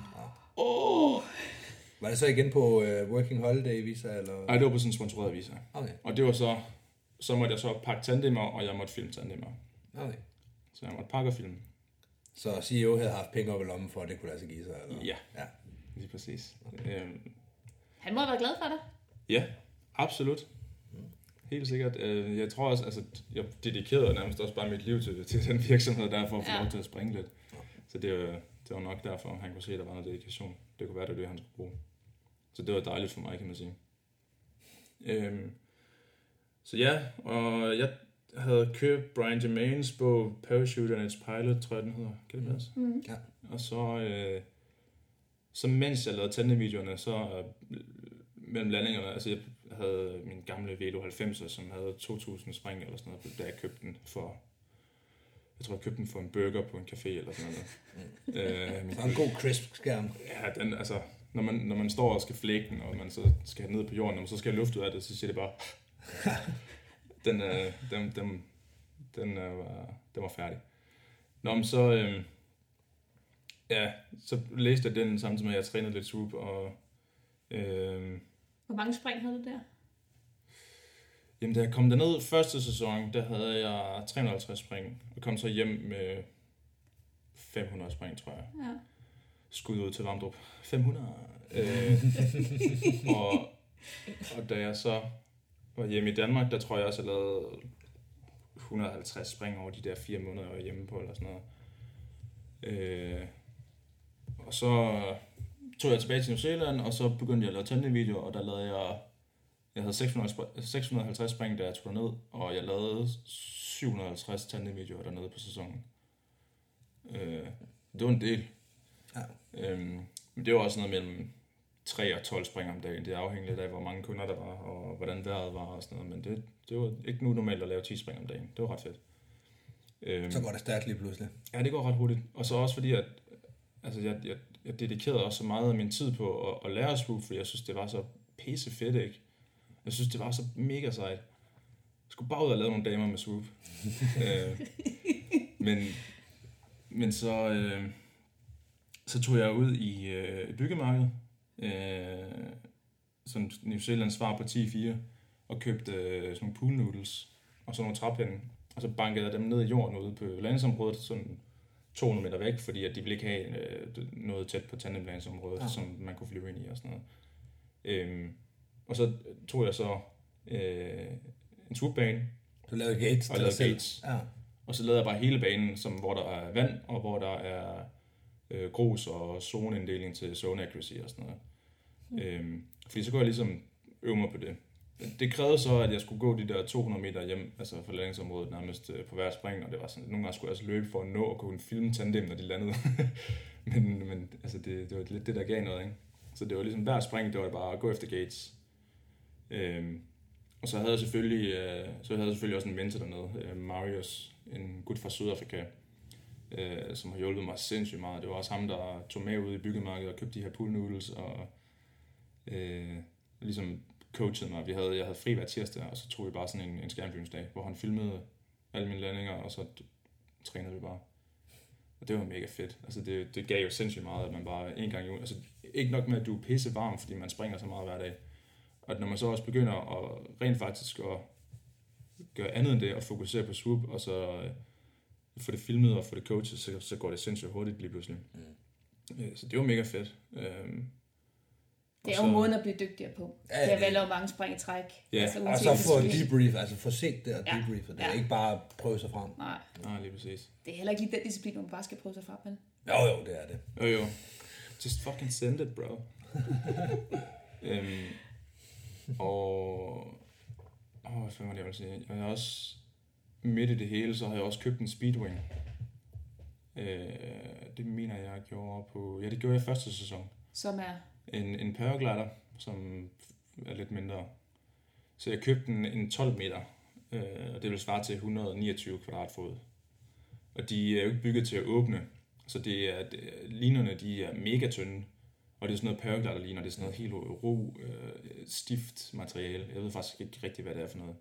Åh! Oh. Var det så igen på uh, Working Holiday visa, eller? Nej, det var på sådan en sponsoreret visa. Okay. Og det var så, så måtte jeg så pakke tandemmer, og jeg måtte filme tandemmer. Okay. Så jeg måtte pakke og filme. Så C E O havde haft penge op i lommen for, at det kunne lade sig give sig? Eller? Ja, ja, lige præcis. Okay. Øhm, Han må have været glad for det. Ja, absolut. Helt sikkert. Jeg tror også, altså, jeg dedikerede nærmest også bare mit liv til, til den virksomhed der, for at få ja. lov til at springe lidt. Så det, det var nok derfor, han kunne se, at der var noget dedikation. Det kunne være, det var det, han skulle bruge. Så det var dejligt for mig, kan man sige. Øhm, så ja, og jeg havde købt Brian Germains bog Parachute and Its Pilot, tror jeg den hedder. Kan det passe? Mm. Ja. Og så, øh, så mens jeg lavede tandemvideoerne, så øh, mellem landingerne, altså jeg havde min gamle Velo halvfemser, som havde to tusind spring eller sådan noget, da jeg købte den for, jeg tror jeg købte den for en burger på en café eller sådan noget. Mm. øh, så en god crisp skærm. Ja, den, altså, når man, når man står og skal flække den, og man så skal have ned på jorden, og man så skal have luft ud af det, så siger det bare, den, øh, den, den, den, øh, var, den var færdig. Nå, men så, øh, ja, så læste jeg den samtidig med, at jeg trænede lidt swoop, og øh, hvor mange spring havde du der? Jamen, da jeg kom derned første sæson, der havde jeg tre hundrede og halvtreds spring, og kom så hjem med fem hundrede spring, tror jeg. Ja. Skud ud til Vamdrup. fem hundrede. øh, og, og da jeg så var hjemme i Danmark, der tror jeg også, jeg lavede et hundrede og halvtreds spring over de der fire måneder, jeg var hjemme på, eller sådan noget. Øh, og så tog jeg tilbage til New Zealand, og så begyndte jeg at lave tandemvideoer, og der lavede jeg, jeg havde seks hundrede og halvtreds spring, da jeg tog derned, og jeg lavede syv hundrede og halvtreds tandemvideoer dernede på sæsonen. Øh, det var en del. Ja. Øhm, men det var også noget mellem tre og tolv spring om dagen. Det er afhængigt af, hvor mange kunder der var, og hvordan vejret var og sådan noget, men det, det var ikke nu normalt at lave ti spring om dagen. Det var ret fedt. Øhm, så går det stærkt lige pludselig. Ja, det går ret hurtigt. Og så også fordi, at altså, jeg, jeg, jeg dedikerede også så meget af min tid på at, at lære swoop, fordi jeg synes, det var så pisse fedt, ikke? Jeg synes, det var så mega sejt. Jeg skulle bare ud og lave nogle damer med swoop. øh, men, men så, øh, så tog jeg ud i øh, byggemarkedet, øh, sådan New Zealands svar på ti fire, og købte øh, sådan nogle pool noodles og sådan nogle træpinde. Og så bankede jeg dem ned i jorden ude på landingsområdet, sådan to hundrede meter væk, fordi at de ville ikke have øh, noget tæt på tandemlandingsområdet, ja. Som man kunne flyve ind i og sådan noget. Øhm, og så tog jeg så øh, en swoopbane. Du lavede gates. Og lavede gates. Ja. Og så lavede jeg bare hele banen, som, hvor der er vand, og hvor der er øh, grus og zoneinddeling til zone accuracy og sådan noget. Mm. Øhm, fordi så kunne jeg ligesom øve mig på det. Det krævede så, at jeg skulle gå de der to hundrede meter hjem, altså fra landingsområdet nærmest på hver spring, og det var sådan, nogle gange skulle jeg også løbe for at nå at kunne filme tandem, når de landede. men men altså det, det var lidt det, der gav noget, ikke? Så det var ligesom hver spring, det var bare at gå efter gates. Øhm, og så havde jeg selvfølgelig, øh, så havde jeg selvfølgelig også en mentor dernede, øh, Marius, en gut fra Sydafrika, øh, som har hjulpet mig sindssygt meget. Det var også ham, der tog med ud i byggemarkedet og købte de her pool noodles, og øh, ligesom coachede mig. Vi havde, jeg havde fri hver tirsdag, og så tog vi bare sådan en, en skærmfilmsdag, hvor han filmede alle mine landinger, og så trænede vi bare. Og det var mega fedt. Altså det, det gav jo sindssygt meget, at man bare en gang i ugen, altså ikke nok med, at du er pisse varm, fordi man springer så meget hver dag. Og når man så også begynder at rent faktisk at gøre andet end det, og fokusere på swoop, og så få det filmet og få det coachet, så, så går det sindssygt hurtigt lige pludselig. Mm. Så det var mega fedt. Øhm, det er jo måden at blive dygtigere på. Ja, det er vel over mange spring i træk. Ja, altså, og så få debrief, altså få set det og ja. debriefet. Det er ja. ikke bare prøve sig frem. Nej. Nej, lige præcis. Det er heller ikke lige den disciplin, hvor man bare skal prøve sig frem. Men... Jo, jo, det er det. Jo, jo. Just fucking send it, bro. øhm, og... Åh, hvad fanden var det, jeg ville sige? Jeg har også... Midt i det hele, så har jeg også købt en Speedwing. Øh, det mener jeg, jeg gjorde på... Ja, det gjorde jeg første sæson. Som er? En, en paraglider, som er lidt mindre. Så jeg købte en, en tolv meter, øh, og det vil svare til et hundrede og niogtyve kvadratfod. Og de er jo ikke bygget til at åbne, så det er, det, linerne de er mega tynde, og det er sådan noget paraglider-liner, det er sådan noget helt ro, øh, stift materiale. Jeg ved faktisk ikke rigtig, hvad det er for noget.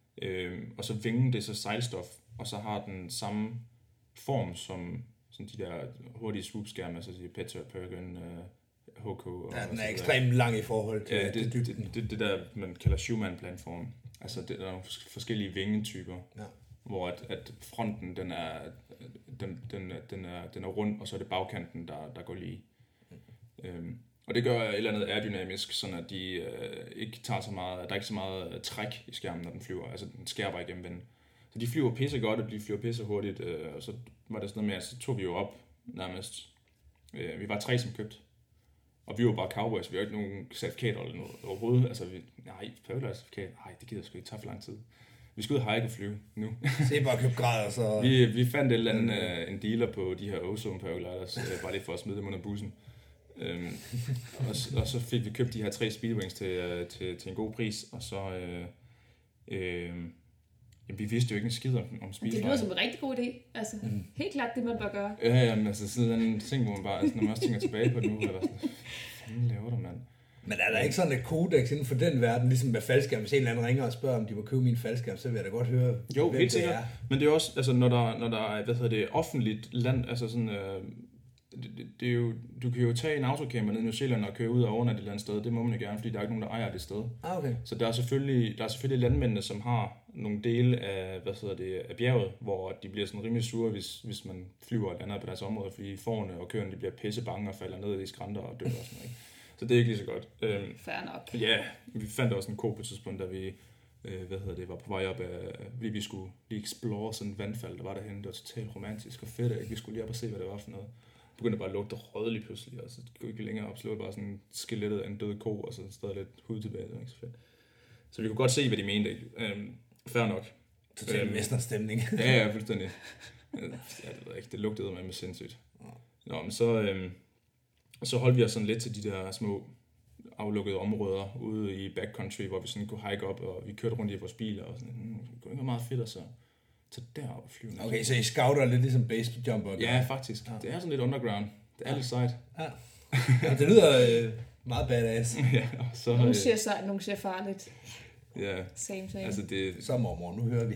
Øh, og så vingen, det er så sejlstof, og så har den samme form som sådan de der hurtige swoop-skærme, altså de Petra, Peregrine, øh, H K. Og ja, den er og ekstremt lang i forhold til ja, det, det, det, det, det der, man kalder Schumann-platform. Altså, det, der er nogle forskellige vingetyper, ja. Hvor at, at fronten, den er, den, den, den, er, den er rund, og så er det bagkanten, der, der går lige. Mm. Øhm, og det gør et eller andet aerodynamisk, sådan at de øh, ikke tager så meget, der er ikke så meget træk i skærmen, når den flyver. Altså, den skærer bare igennem vinden. Så de flyver pisse godt, og de flyver pisse hurtigt, øh, og så var det sådan noget med, at så tog vi jo op nærmest. Øh, vi var tre, som købte. Og vi var bare cowboys, vi har ikke nogen certifikater eller noget overhovedet. Altså, vi, nej, paraglider-certifikat, nej, det gider sgu ikke tage for lang tid. Vi skal ud og hike og flyve nu. Se bare købe grader, så... vi, vi fandt et eller andet, uh, en dealer på de her Ozone paragliders, uh, bare lige for at smide dem under bussen. Um, og, og så fik vi købt de her tre Speedwings til, uh, til, til en god pris, og så... Uh, uh, jamen, vi vidste jo ikke en skid om, om speedfly. Det lyder som en rigtig god idé. Altså, mm. helt klart det, man bør gøre. Ja, jamen, altså sådan en ting, hvor man bare... Altså, når man også tænker tilbage på det nu, eller sådan... Hvad laver du, mand? Men er der ikke sådan et kodex inden for den verden, ligesom med faldskærm? Hvis en eller anden ringer og spørger, om de må købe min faldskærm, så vil jeg da godt høre, jo, hvem helt det sikkert. er. Men det er også, altså, når der, når der er, hvad hedder det, offentligt land, altså sådan, øh, det, det, det er jo, du kan jo tage en autocamper ned i New Zealand og køre ud og overnatte et eller andet sted. Det må man jo gerne, fordi der er ikke nogen, der ejer det sted. Ah, okay. Så der er selvfølgelig, der er selvfølgelig landmændene, som har nogle dele af, hvad hedder det, af bjerget, hvor de bliver sådan rimelig sure, hvis, hvis man flyver og lander på deres område, fordi forerne og køerne, de bliver pisse bange og falder ned i skrænter og dør og sådan noget. Så det er ikke lige så godt. Øhm, Fair nok. Ja, vi fandt også en ko på et tidspunkt, da vi øh, hvad hedder det, var på vej op af, vi, vi skulle lige explore sådan et vandfald, der var derhen. Det var totalt romantisk og fedt, ikke? Vi skulle lige op og se, hvad det var for noget. Det begyndte bare at lugte rød lige pludselig, og så gik ikke længere op, så det var bare sådan skelettet af en død ko, og så stadig lidt hud tilbage. Det var ikke så fedt. Så vi kunne godt se, hvad de mente. Øhm, fair nok. Total øhm, mesterstemning. ja, ja, fuldstændig. Ja, det ved jeg ikke, det lugtede mig med sindssygt. Nå, men så... Øhm, Og så holdt vi os sådan lidt til de der små aflukkede områder ude i backcountry, hvor vi sådan kunne hike op, og vi kørte rundt i vores biler, og sådan, hmm, det kunne ikke være meget fedt at så tage derop og flyve. Okay, så I scouter lidt ligesom base jumper? Ja, faktisk. Ja. Det er sådan lidt underground. Det er ja. lidt sejt. Ja. Ja, det lyder øh, meget badass. ja, og så, nogle siger sejt, nogle siger farligt. Ja, same, same. Altså det... Så mormor, nu hører vi.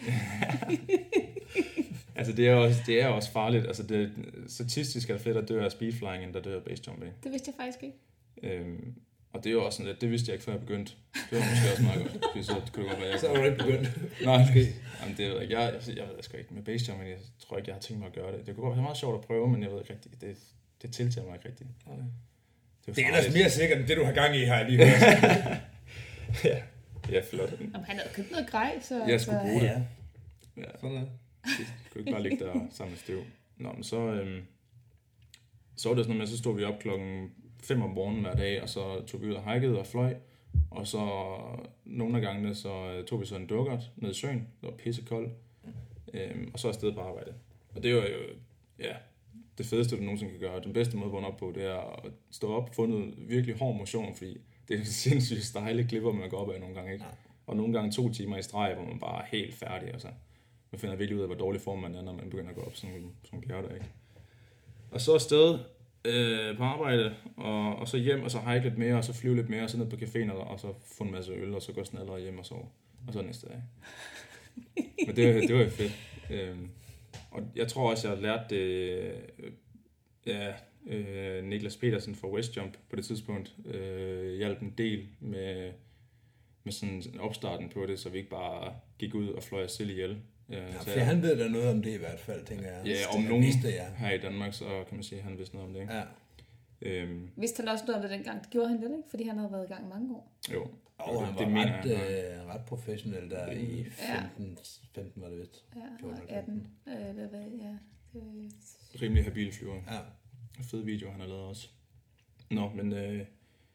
Altså det er også, det er også farligt. Altså det, statistisk er det flere, der dør af speedflying, end der dør af basejumping. Det vidste jeg faktisk ikke. Øhm, og det er jo også sådan lidt, det vidste jeg ikke, før jeg begyndte. Det var måske også meget godt. Fordi så kunne det godt være, jeg... Så var du ikke begyndt. Nej, okay. Jamen, det ved jeg ikke. Jeg, jeg, jeg ved det sgu ikke. Med basejumping, jeg tror ikke, jeg har tænkt mig at gøre det. Det kunne godt være meget sjovt at prøve, men jeg ved ikke rigtigt. Det, det tiltager mig ikke rigtigt. Okay. Det er, det er ellers mere sikkert, end det du har gang i, har jeg lige hørt. ja. Ja, flot. Jamen, han havde købt noget grej, så... Jeg skulle bruge det. Ja. Ja. Sådan er det. kunne ikke bare ligge der sammen med støv. Nå, men så, øhm, så var det sådan noget med, så stod vi op klokken fem om morgenen hver dag, og så tog vi ud og hikede og fløj, og så nogle af gangene, så tog vi så en dukkert ned i søen, det var pissekoldt, øhm, og så afsted på arbejde. Og det var jo, ja, det fedeste, du nogensinde kan gøre. Den bedste måde at vågne op på, det er at stå op, få noget virkelig hård motion, fordi det er sindssygt stejle klipper, man går op af nogle gange, ikke? Og nogle gange to timer i streg, hvor man bare er helt færdig, altså. Man finder virkelig ud af, hvor dårlig form man er, når man begynder at gå op sådan nogle bjerge, ikke? Og så afsted øh, på arbejde, og, og så hjem, og så hike lidt mere, og så flyve lidt mere, og så ned på caféen, og, og så få en masse øl, og så gå snadret hjem og sove. Og så næste dag. Men det, det var jo fedt. Øhm, og jeg tror også, jeg har lært det... Øh, ja, øh, Niklas Petersen fra Westjump på det tidspunkt øh, hjalp en del med, med sådan opstarten på det, så vi ikke bare gik ud og fløj os selv ihjel. Ja, for han ved da noget om det i hvert fald, tænker jeg. Ja, om nogen vidste, ja. Her i Danmark, så kan man sige, at han vidste noget om det. Ikke? Ja. Øhm. Vidste han også noget om det dengang? Det gjorde han vel ikke? Fordi han havde været i gang mange år. Jo. Og det, han var det ret, øh, ret professionel der i femten, femten var det vist. Ja, og atten. Øh, hvad, hvad, ja. Øh. Rimelig habil flyver. Ja. En fed video, han har lavet også. Nå, men øh,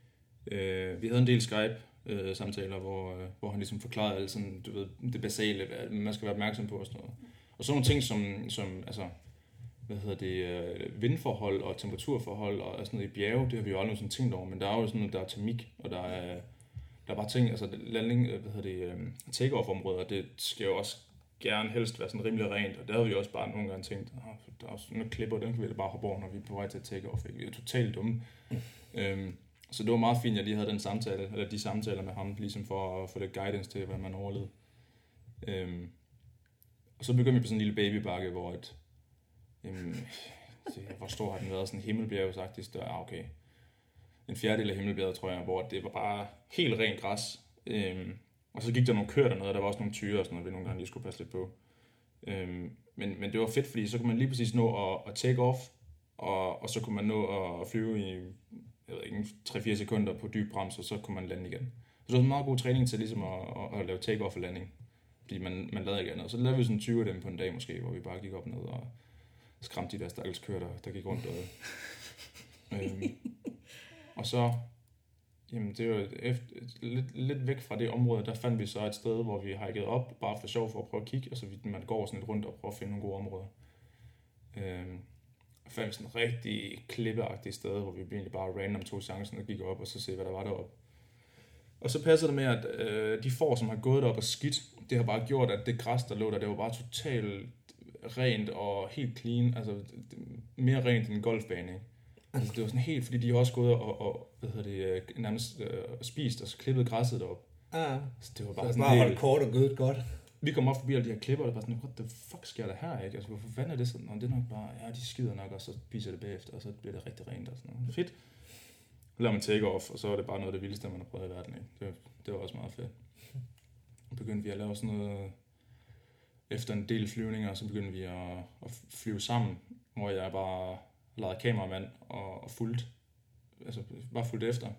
Øh, vi havde en del Skype-samtaler, hvor, øh, hvor han ligesom forklarede alt sådan, du ved, det basale, hvad man skal være opmærksom på og sådan noget. Og sådan nogle ting som, som altså, hvad hedder det, øh, vindforhold og temperaturforhold og sådan noget i bjerge, det har vi jo aldrig sådan tænkt over, men der er jo sådan noget, der er termik, og der er, der er bare ting, altså landing, hvad hedder det, øh, take-off-områder, det skal jo også gerne helst være sådan rimelig rent, og der havde vi også bare nogle gange tænkt, ah, der er også nogle klipper, den kan vi da bare hoppe over, når vi er på vej til at take-off, ikke? Vi er totalt dumme. Mm. Øhm, så det var meget fint, at jeg lige havde den samtale, eller de samtaler med ham, ligesom for at få lidt guidance til, hvad man overlevede. Øhm, og så begyndte vi på sådan en lille babybakke, hvor et, jamen, det, hvor stor har den været, sådan en himmelbjerg, sagt, ah, okay, en fjerdedel af himmelbjerget, tror jeg, hvor det var bare helt rent græs. Øhm, og så gik der nogle køer dernede, og der var også nogle tyre og sådan noget, vi nogle gange lige skulle passe lidt på. Øhm, men, men det var fedt, fordi så kunne man lige præcis nå at, at take off, og, og så kunne man nå at flyve i jeg ved ikke, tre fire sekunder på dyb brems, og så kunne man lande igen. Så det var en meget god træning til ligesom at, at, at lave take-off og landing, fordi man, man lavede ikke andet. Og så lavede vi sådan tyve af dem på en dag måske, hvor vi bare gik op og ned og skræmte de der stakkels køer, der, der gik rundt. Og, øhm, og så, jamen det var efter, lidt, lidt væk fra det område, der fandt vi så et sted, hvor vi hikede op, bare for sjov for at prøve at kigge, altså man går sådan lidt rundt og prøver at finde nogle gode områder. Øhm, og fandt sådan et rigtig klippeagtigt sted, hvor vi egentlig bare random tog chancen og gik op, og så se, hvad der var deroppe. Og så passer det med, at øh, de får, som har gået derop og skidt, det har bare gjort, at det græs, der lå der, det var bare totalt rent og helt clean, altså mere rent end en golfbane, ikke? Altså det var sådan helt, fordi de har også gået og, og hvad hedder det, nærmest øh, spist og klippet græsset derop. Ja, så det var bare så sådan bare helt... holdt kort og gødet godt. Vi kom op forbi alle de her klipper, og det var sådan, what the fuck sker der her, ikke? Altså hvorfor fanden er det sådan? Og det er nok bare, ja, de skider nok, og så spiser det bagefter, og så bliver det rigtig rent og sådan noget. Fedt. Så lader man take off, og så er det bare noget af det vildeste, man har prøvet i verden, ikke? Det, det var også meget fedt. Så begyndte vi at lave sådan noget, efter en del flyvninger, så begyndte vi at, at flyve sammen, hvor jeg bare lavede kameramand og, og fulgte, altså bare fulgte efter.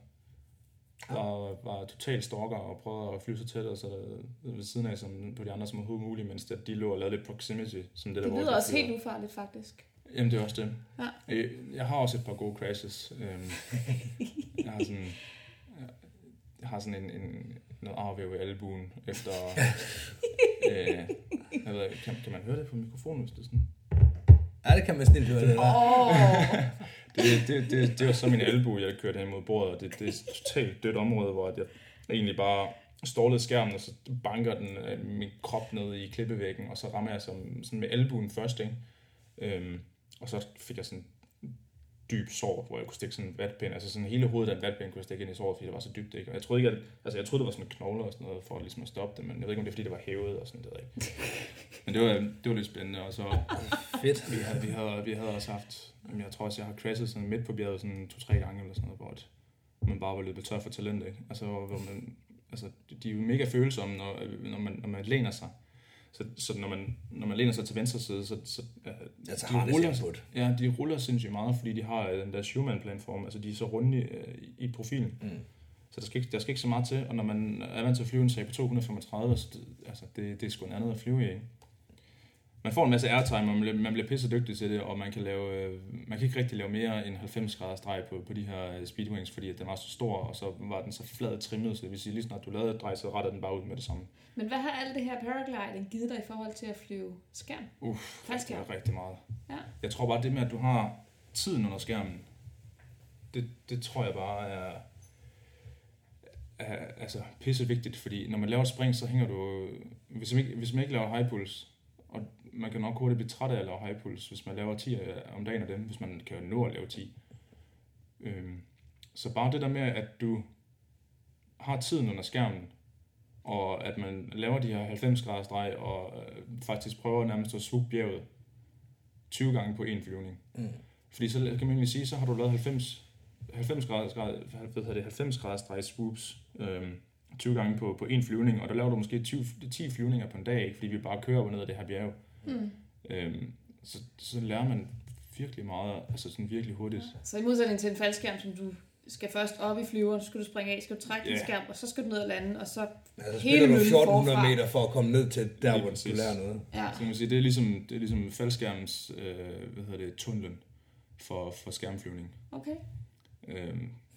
Var, var totalt stalker og prøvede at flyve så tæt, og så ved siden af som på de andre som overhovedet muligt, mens de lå og lavede lidt proximity. Som det, det der, lyder også helt ufarligt, faktisk. Jamen, det er også det. Ja. Jeg, jeg har også et par gode crashes. Jeg har sådan, jeg har sådan en, en noget arvæv i albuen efter... øh, jeg ved, kan, kan man høre det på mikrofonen, hvis det er sådan? Ja, det kan man snilt høre det der. Oh. det, det, det, det var så min albue, jeg kørte hen mod bordet, og det, det er et totalt dødt område, hvor jeg egentlig bare stålede skærmen, og så banker den min krop ned i klippevæggen, og så rammer jeg som, sådan med albuen først, ikke? Øhm, og så fik jeg sådan dyb sår, hvor jeg kunne stikke sådan en vatpind, altså sådan hele hovedet af en vatpind kunne jeg stikke ind i såret, fordi det var så dybt, ikke? Og jeg troede ikke, at, altså jeg troede, det var sådan knogler og sådan noget, for ligesom at stoppe det, men jeg ved ikke, om det er, fordi det var hævet og sådan noget, ikke? Men det var, det var lidt spændende, og så... Fedt. Vi havde, vi havde, vi havde også haft, jeg tror også, jeg har crashet sådan midt på bjerget sådan to-tre gange eller sådan noget, hvor man bare var løbet tør for talent, ikke? Altså, hvor man, altså, de er jo mega følsomme, når, når, man, når man læner sig. Så, så når, man, når man læner sig til venstre side, så, så ja, altså, de, ruller, ja, de ruller sindssygt meget, fordi de har den der Schumann-planform, altså de er så runde i, i profilen. Mm. Så der skal, ikke, der skal ikke så meget til, og når man er vant til at flyve en sag på to hundrede femogtredive, så det, altså, det, det er sgu en andet at flyve i, ikke? Man får en masse airtime, og man bliver, man bliver pisse dygtig til det, og man kan lave, øh, man kan ikke rigtig lave mere end halvfems grader streg på, på de her speedwings, fordi at den var så stor, og så var den så flad trimmet, så det vil sige, lige snart du lavede et drej, så rettede den bare ud med det samme. Men hvad har alt det her paragliding givet dig i forhold til at flyve skærm? Uff, det er rigtig meget. Ja. Jeg tror bare, det med, at du har tiden under skærmen, det, det tror jeg bare er, er altså pisse vigtigt, fordi når man laver et spring, så hænger du, hvis man ikke, hvis man ikke laver high puls, og man kan nok hurtigt blive træt af at lave high puls, hvis man laver ti om dagen af dem, hvis man kan nå at lave ti. Øhm, så bare det der med, at du har tiden under skærmen, og at man laver de her halvfems grader streg, og øh, faktisk prøver nærmest at swoop bjerget tyve gange på en flyvning. Mm. Fordi så kan man egentlig sige, så har du lavet halvfems, halvfems grader, halvfems grader streg swoops, øhm, tyve gange på, på en flyvning, og der laver du måske tyve, ti flyvninger på en dag, ikke? Fordi vi bare kører op ned ad det her bjerg. Mm. Øhm, så, så lærer man virkelig meget, altså sådan virkelig hurtigt. Ja. Så i modsætning til en faldskærm, som du skal først op i flyveren, så skal du springe af, skal du trække yeah. din skærm, og så skal du ned og lande, og så ja, så hele møllen fjorten hundrede meter for at komme ned til der, hvor du lærer noget. Ja. Så kan man sige, det er ligesom, det er ligesom faldskærmens, øh, hvad hedder det, tunnelen for, for skærmflyvning. Okay. Øhm,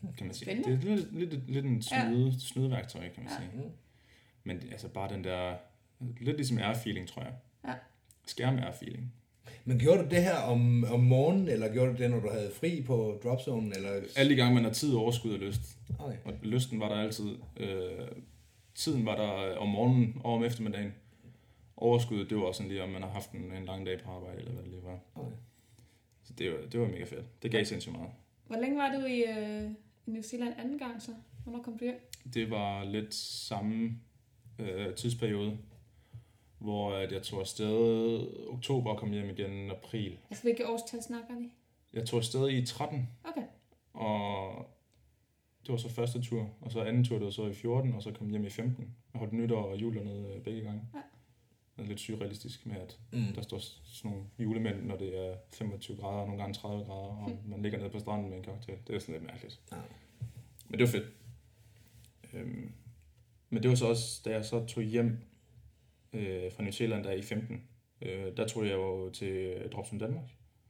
kan man sige. Spændende. Det er lidt, lidt, lidt en snyde, ja. snydeværktøj, kan man ja. sige. Men altså bare den der, lidt ligesom air-feeling, tror jeg. Ja. Skærm-air-feeling. Men gjorde du det her om, om morgenen, eller gjorde du det, når du havde fri på dropzonen? Eller... Alle de gange, man har tid, overskud og lyst. Okay. Og lysten var der altid. Øh, tiden var der om morgenen og om eftermiddagen. Overskuddet, det var også sådan lige, om man har haft en, en lang dag på arbejde, eller hvad det lige var. Okay. Så det var, det var mega fedt. Det gav sindssygt meget. Hvor længe var du i, øh, i New Zealand anden gang så? Hvornår kom du hjem? Det var lidt samme øh, tidsperiode, hvor at jeg tog afsted oktober og kom hjem igen i april. Altså, hvilke årstal snakker vi? Jeg tog afsted i tretten, Okay. og det var så første tur, og så anden tur, det var så i fjorten, og så kom hjem i femten. Jeg holdt nytår og jul dernede begge gange. Ja. Det er lidt surrealistisk med, at Mm. der står sådan nogle julemænd, når det er femogtyve grader, og nogle gange tredive grader, og Mm. man ligger nede på stranden med en cocktail. Det er sådan lidt mærkeligt. Ja. Men det var fedt. Øhm, men det var så også, da jeg så tog hjem øh, fra New Zealand der i femten, øh, der tog jeg jo til Dropzone Danmark,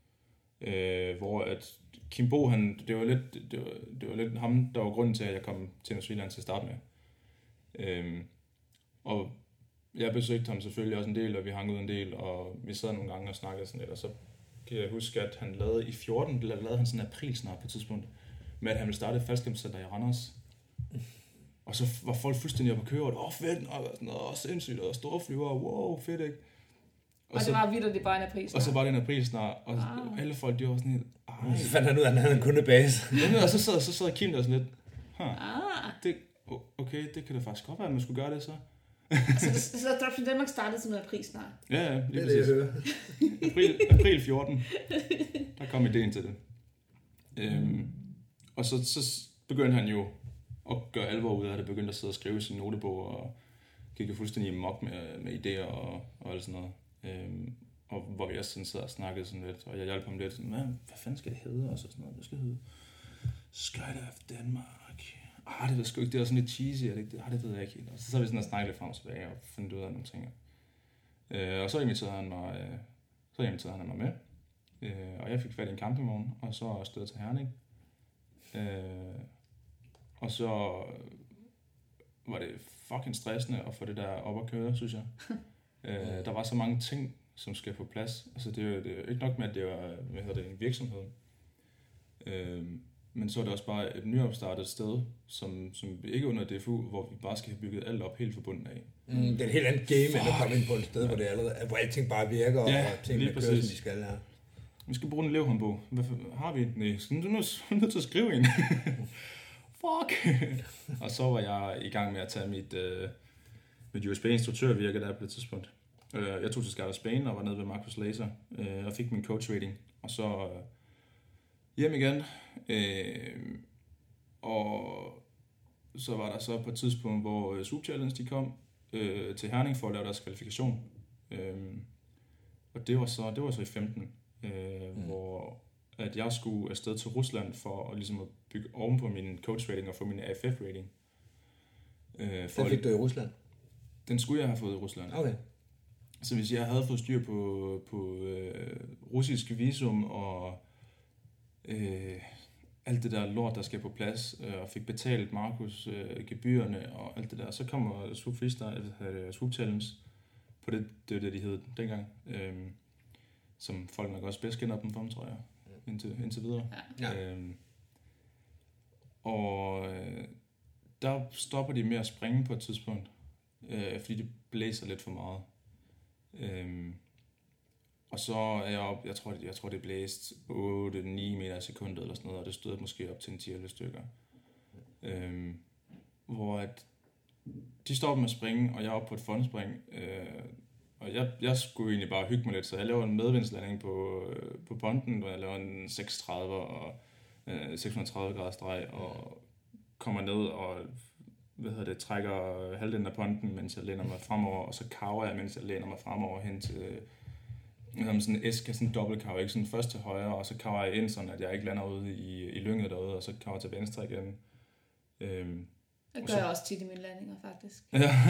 øh, hvor at Kim Bo, han, det var lidt, det var, det var lidt ham, der var grunden til, at jeg kom til New Zealand til at starte med. Øhm, og jeg besøgte ham selvfølgelig også en del, og vi hang ud en del, og vi sad nogle gange og snakkede sådan lidt, og så kan jeg huske, at han lavede i fjorten, lavede han sådan en aprilsnart på et tidspunkt, med at han ville starte et faldskærmscenter i Randers. Og så var folk fuldstændig oppe at køre, og det var fedt, og sådan noget, og sindssygt, og store flyver, wow, fedt, ikke? Og, og så, det var vildt, det bare en april. Og så var det en aprilsnart, og ah. alle folk, de var sådan helt, ej. Så fandt han ud af, at han havde en kundebase. Og så sad, så sad Kim der sådan lidt, huh, ah. det, okay, det kan da faktisk godt være, at man skulle gøre det så. så, det, så Dropzone Danmark startede som en april snart. Ja, ja, lige det er præcis. det, jeg hører. april, april fjorten, der kom ideen til det. Øhm, og så, så begyndte han jo at gøre alvor ud af det, begyndte at sidde og skrive sin notebog, og gik jo fuldstændig mok med, med idéer og, og alt sådan noget. Øhm, og hvor vi også sådan sad og snakkede sådan lidt, og jeg hjalp ham lidt sådan, hvad, hvad fanden skal det hedde, og så sådan noget, det skal hedde Skydive Danmark. Ah, det ved sgu ikke, det er sådan lidt cheesy, er det ikke? Ah, det ved jeg ikke helt. Og så sad vi sådan og snakkede lidt frem og tilbage, og fandt ud af nogle ting. Øh, og så inviterede han mig, øh, så inviterede han mig med, øh, og jeg fik fat i en campingvogn, og så afsted til Herning. Øh, og så var det fucking stressende at få det der op at køre, synes jeg. øh, der var så mange ting, som skal på plads. Altså det er jo, det er jo ikke nok med, at det var, hvad hedder det, en virksomhed. Øh, men så er det også bare et nyopstartet sted, som, som ikke under D F U, hvor vi bare skal have bygget alt op helt forbundet af. Mm, det er et helt andet game, end at komme ind på et sted, hvor, det allerede, hvor alting bare virker, ja, og tingene kører, som de skal. Ja. Vi skal bruge en elevhåndbog. Hvad har vi? Nej, så nu er vi nødt til at skrive en. Fuck! Og så var jeg i gang med at tage mit, uh, mit U S B-instruktørvirke der på det tidspunkt. Uh, jeg tog til Skydive Spain og var nede ved Marcus Laser uh, og fik min coach rating. Og så uh, hjem igen. Uh, og så var der så på et tidspunkt, hvor uh, Soup Challenge de kom uh, til Herning for at lave deres kvalifikation. Uh, og det var så, det var så i femten, uh, mm. hvor at jeg skulle afsted til Rusland for at, ligesom at bygge oven på min coach rating og få min A F F rating. Øh, for fik du i Rusland? Den skulle jeg have fået i Rusland. Okay. Så hvis jeg havde fået styr på, på øh, russisk visum og øh, alt det der lort, der skal på plads, øh, og fik betalt Markus øh, gebyrerne og alt det der, så kommer Swoop Freestyle, eller Swoop Challenge, på det, det var det, de hed dengang, øh, som folk nok også bedst kender dem for, tror jeg. Indtil, indtil videre. Ja. Øhm, og øh, der stopper de med at springe på et tidspunkt, øh, fordi det blæser lidt for meget. Øhm, og så er jeg op, jeg tror, jeg tror det blæste otte til ni meter i sekundet eller sådan noget, og det stod måske op til en ti til elleve stykker. Øhm, hvor at de stopper med at springe, og jeg er oppe på et fondspring, øh, og jeg, jeg skulle egentlig bare hygge mig lidt, så jeg laver en medvindslanding på, på ponten, hvor jeg laver en seks tredive og øh, seks hundrede og tredive grader streg, og kommer ned og hvad hedder det, trækker halvdelen af ponten, mens jeg læner mig fremover, og så kaver jeg, mens jeg læner mig fremover hen til øh, sådan en æske, sådan en dobbeltkaver, ikke sådan først til højre, og så kaver jeg ind, sådan at jeg ikke lander ude i, i lynget derude, og så kaver jeg til venstre igen. Øhm, det gør så... jeg også tit i mine landinger, faktisk.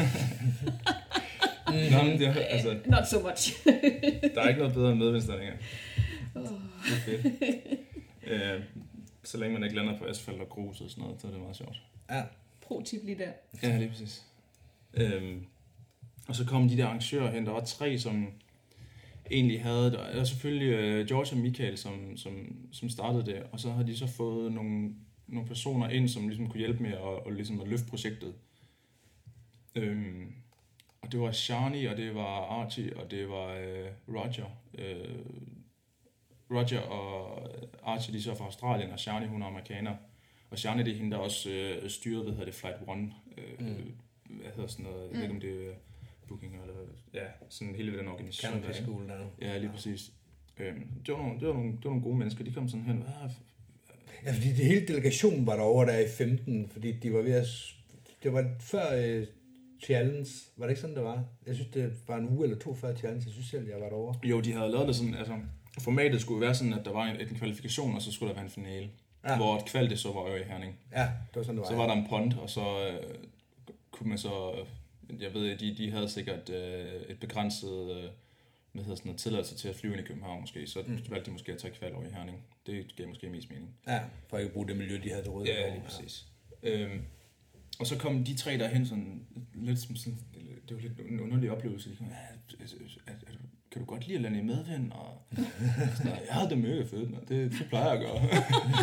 Nå, men det er, altså, not so much. der er ikke noget bedre end medvindslandinger. Oh. Det er fedt. øh, Så længe man ikke lander på asfalt og grus og sådan noget, så er det meget sjovt. Ja. Pro-tip lige der. Ja, lige præcis. Øhm, og så kom de der arrangører hen, der var tre, som egentlig havde, der er selvfølgelig uh, George og Michael, som, som, som startede det, og så har de så fået nogle, nogle personer ind, som ligesom kunne hjælpe med at, og ligesom at løfte projektet. Øhm, og det var Shani, og det var Archie, og det var uh, Roger. Uh, Roger og Archie, de er så fra Australien, og Shani, hun er amerikaner. Og Shani, det er hende, der også øh, styrede, hvad hedder det, Flight One. Øh, mm. Hvad hedder sådan noget, jeg ved ikke om det er booking eller hvad. Ja, sådan hele den organisation. Canopy School der. Ja, lige præcis. Øhm, det, var nogle, det, var nogle, det var nogle gode mennesker, de kom sådan hen. Ah, ja, fordi det hele delegationen var derovre der i femten, fordi de var ved at... Det var før øh, Challenge, var det ikke sådan, det var? Jeg synes, det var en uge eller to før Challenge, jeg synes selv, jeg var derovre. Jo, de havde lavet det sådan, altså formatet skulle være sådan, at der var en, en kvalifikation, og så skulle der være en finale. Ja. Hvor et kval det så var jo i Herning. Ja, det var sådan, det var. Så var der en pond, og så øh, kunne man så... Jeg ved, de, de havde sikkert øh, et begrænset øh, hvad hedder sådan noget, tilladelse til at flyve ind i København måske, så mm. valgte de måske at tage kval over i Herning. Det gav måske mest mening. Ja, for ikke at bruge det miljø, de havde derude. Ja, lige præcis. Ja. Øhm, og så kom de tre derhen sådan lidt som sådan... Det var lidt en underlig oplevelse. De kom, ja, er, er, er, kan du godt lide at lande i medvind? Og sådan, jeg havde det mega fedt, det, det plejer jeg at gøre.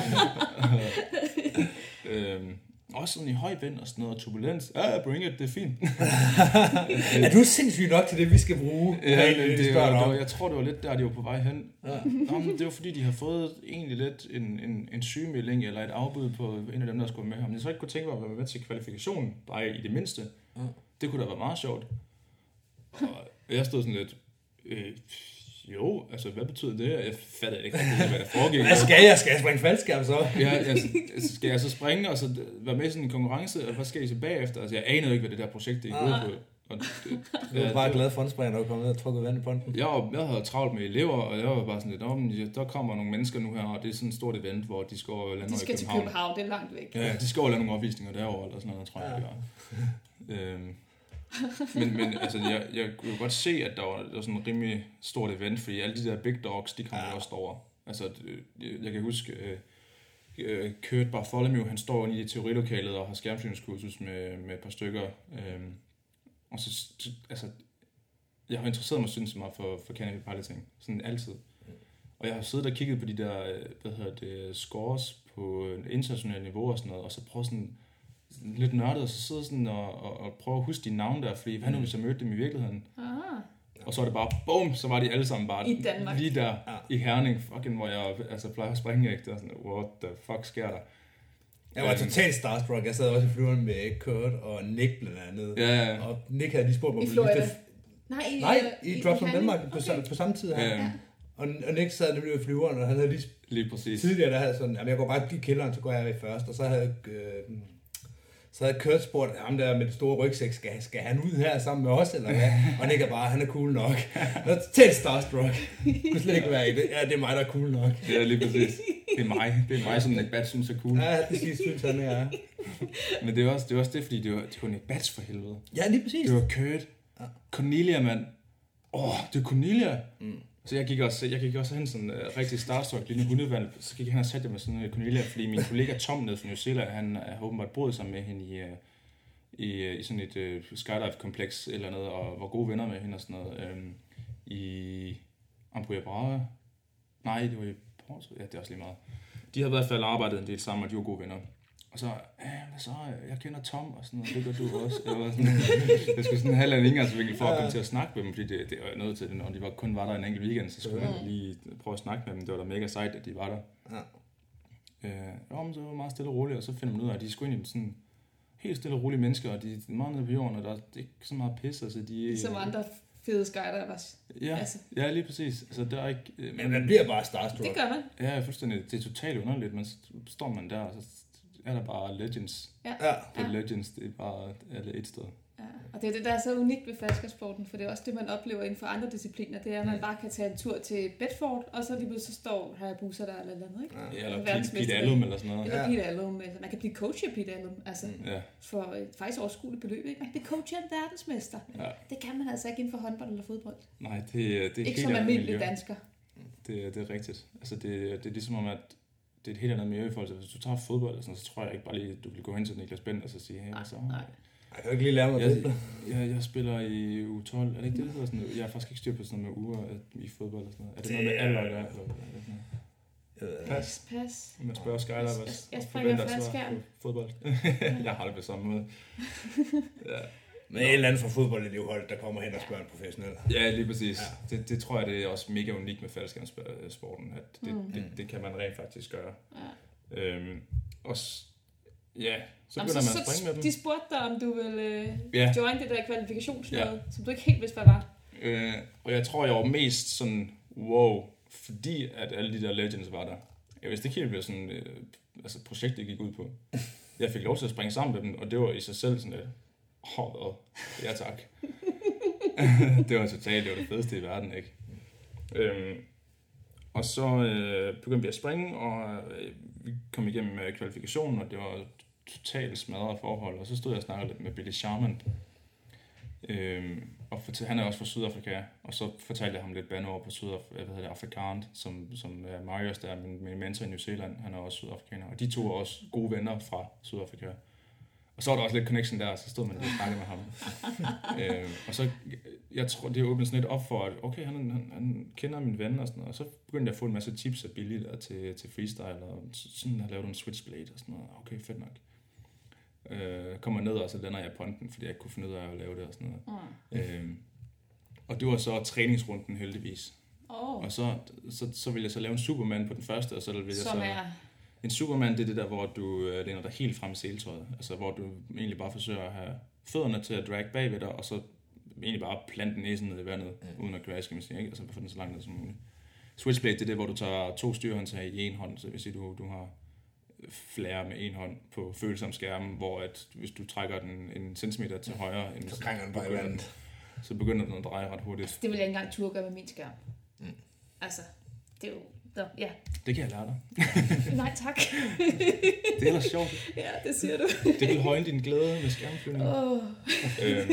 øhm, også sådan i høj vind og sådan noget, turbulens. Ja, bring it, det er fint. Er du sindssygt nok til det, vi skal bruge? Ja, det, det, det var, jeg tror, det var lidt der, de var på vej hen. Ja. Nå, men det var fordi, de har fået egentlig lidt en, en, en sygemelding eller et afbud på en af dem, der skulle med ham. Jeg så ikke kunne tænke mig at være med til kvalifikationen, bare i det mindste. Ja. Det kunne da være meget sjovt. Og jeg stod sådan lidt... Øh, Jo, altså hvad betyder det? Jeg fattede ikke rigtig, hvad der foregik. Hvad skal jeg? Skal jeg springe faldskærm så? Ja, altså, skal jeg så springe og så være med i sådan en konkurrence, og hvad skal I så bagefter? Altså jeg anede ikke, hvad det der projekt det gik ud på. Og det, du var ja, bare det, glad fondspringer, når du kom ned og trukket vand i ponden. Jeg, var, jeg havde travlt med elever, og jeg var bare sådan lidt, om, der kommer nogle mennesker nu her, og det er sådan et stort event, hvor de skal over lande De skal i København. til København, det er langt væk. Ja, de skal over lande nogle opvisninger derovre, eller sådan noget, tror jeg, ja. det var. øhm, men, men altså, jeg, jeg kunne godt se, at der var, der var sådan et rimelig stort event, fordi alle de der big dogs, de kom ja. også over. Altså, jeg, jeg kan huske, uh, Kurt Bartholomew, han står inde i teorilokalet og har skærmsynskursus med, med et par stykker. Um, og så, altså, jeg har interesseret mig synes meget for, for Canopy Piloting, sådan altid. Og jeg har siddet og kigget på de der, hvad hedder det, scores på internationalt niveau og sådan noget, og så prøvet sådan, lidt nørdet, og så sidder sådan og, og, og prøver at huske de navne der, fordi hvad nu hvis jeg mødte dem i virkeligheden? Ah. Og så er det bare, boom, så var de alle sammen bare i Danmark. Lige der ja. I Herning, fucking, hvor jeg altså plejer at springe, ikke? Det er sådan, what the fuck sker der? Jeg var totalt starstruck. Jeg sad også i flyveren med Kurt og Nick blandt andet. Ja, ja. Og Nick havde lige spurgt mig. I Florida? Nej, i, Nej, i, i Drops from Denmark okay. på, på samme tid her. Ja, ja. Og, og Nick sad nemlig i flyveren, og han havde lige, lige præcis. Tidligere der havde sådan, jamen jeg går bare i kælderen, så går jeg i først, og så havde... Øh, Så havde Kurt spurgt ham der med det store rygsæk, skal, skal han ud her sammen med os, eller hvad? Og Nick er bare, han er cool nok. Han er tæt starstruck. Kunne slet ikke være i det. Ja, det er mig, der er cool nok. Ja, lige præcis. Det er mig. Det er mig, som Nick Batch synes er cool. Ja, det synes, synes han er. Men det er også det, er også det fordi det var, det var Nick Batch for helvede. Ja, lige præcis. Det var Kurt. Ja. Cornelia, mand. Åh, oh, det er Cornelia. Mm. Så jeg gik også, jeg gik også hen sådan uh, rigtig starstruck, lille hundevalg. Så gik jeg hen og satte med sådan en Cornelia, fordi min kollega Tom nede fra New Zealand, han har åbenbart boet sammen med hende i, uh, i, uh, i sådan et uh, skydive-kompleks eller noget, og var gode venner med hende og sådan noget. Um, I Ampuja Brava. Nej, det var i Porto. Ja, det er også lige meget. De har i hvert fald arbejdet en del sammen, og de var gode venner. Og så, ja, hvad så, jeg kender Tom, og sådan noget, det gør du også. Jeg, var sådan, jeg skulle sådan have en indgangsvinkel for at komme til at snakke med dem, fordi det, det var noget til det, når de var, kun var der en enkelt weekend, så skulle man lige prøve at snakke med dem. Det var da mega sejt, at de var der. Ja. Øh, jo, men så var det meget stille og roligt, og så finder man ud af, at de er sgu egentlig sådan helt stille og rolige mennesker, og de er meget nede på jorden, og der er ikke så meget pis, altså de... Som andre fede skydivers. Ja, altså. Ja, lige præcis. Altså, der er ikke... Men man, man bliver bare starstruck. Det gør man. Ja, fuldstændig. Det er totalt underligt, men så står man der, og så er der bare legends. Ja. ja. Legends, det er bare alle et sted. Ja. Og det er det, der er så unikt ved falskersporten, for det er også det, man oplever inden for andre discipliner, det er, at man bare kan tage en tur til Bedford, og så lige pludselig så står Hayabusa der eller andet, ikke? Ja, eller Pete, Pete Allum eller sådan noget. Eller Pete Allum. Man kan blive coach af Pete Allum, altså ja. For et faktisk overskueligt beløb, ikke? Man kan blive coach af en verdensmester. Ja. Det kan man altså ikke inden for håndbold eller fodbold. Nej, det, det er ikke som almindelig dansker. Det, det er rigtigt. Altså det, det er ligesom om, at det er et helt andet miljø i forhold til, hvis du tager fodbold, og sådan, så tror jeg ikke bare lige, at du vil gå hen til Niklas Bent og så sige, hey, Nej, så... nej. Jeg kan ikke lige lære mig Jeg, det. jeg, jeg spiller i U tolv, er det ikke det, det hedder sådan noget? Jeg har faktisk ikke styr på sådan noget med uger i fodbold og sådan noget. Er det, det noget med alder, eller hvad? Eller er det sådan noget? Pas. Pas. Man spørger Skyler, hvad Jeg- jeg hvad springer forventer fra svar skærm. på fodbold. Jeg har det på samme måde. Ja. Men en eller anden fra fodboldelevholdet, der kommer hen og spørger en professionel. Ja, lige præcis. Ja. Det, det tror jeg, det er også mega unikt med faldskærmssporten, at det, mm. det, det kan man rent faktisk gøre. Ja. Øhm, og s- ja, så Jamen, begynder man at springe med dem. De spurgte dig, om du ville øh, Ja. join det der kvalifikationsnøde, Ja. som du ikke helt vidste, hvad var. Øh, og jeg tror, jeg var mest sådan, wow, fordi at alle de der legends var der. Jeg vidste ikke helt, hvad sådan, øh, altså projektet gik ud på. Jeg fik lov til at springe sammen med dem, og det var i sig selv sådan lidt, åh, oh, ja tak. Det var totalt, det var det fedeste i verden, ikke? Øhm, og så øh, begyndte vi at springe, og øh, vi kom igennem øh, kvalifikationen, og det var totalt smadret forhold. Og så stod jeg og snakkede lidt med Billy Sharman, øhm, og fortæ- han er også fra Sydafrika, og så fortalte jeg ham lidt bandeord på Sydaf- hvad hedder det, Afrikaans, som, som er Marius, der er min, min mentor i New Zealand, han er også sydafrikaner, og de to er også gode venner fra Sydafrika. Og så var der også lidt connection der, og så stod man og snakkede med ham. øh, og så, jeg tror, det åbnede sådan lidt op for, at okay, han, han, han kender min ven og sådan noget. Og så begyndte jeg at få en masse tips af Billy der til, til freestyle, og sådan har lavet en switchblade og sådan noget. Okay, fedt nok. Øh, kommer ned, og så lander jeg ponten, fordi jeg ikke kunne finde ud af at lave det og sådan noget. Mm. Øh, og det var så træningsrunden heldigvis. Oh. Og så, så, så ville jeg så lave en Superman på den første, og så ville jeg Som så... er... En Superman, det er det der, hvor du øh, læner dig helt frem i seletøjet. Altså, hvor du egentlig bare forsøger at have fødderne til at drag bagved dig, og så egentlig bare plante næsen ned i vandet, mm. uden at crash, kan man sige, ikke? Altså, få den så langt ned som muligt. Switchblade, det er det, hvor du tager to styrhåndtag i en hånd, så det vil sige, du, du har flere med en hånd på følsom skærmen, hvor at, hvis du trækker den en centimeter til højre, end, Så krænger den bare i begynder vandet. så begynder den at dreje ret hurtigt. Altså, det vil jeg ikke engang turde gøre med min skærm. Mm. Altså, det er jo... Nå, ja. Det kan jeg lære dig. Nej, tak. Det er ellers sjovt. Ja, det siger du. Det vil højne din glæde med skærmflyvning. Oh. øhm,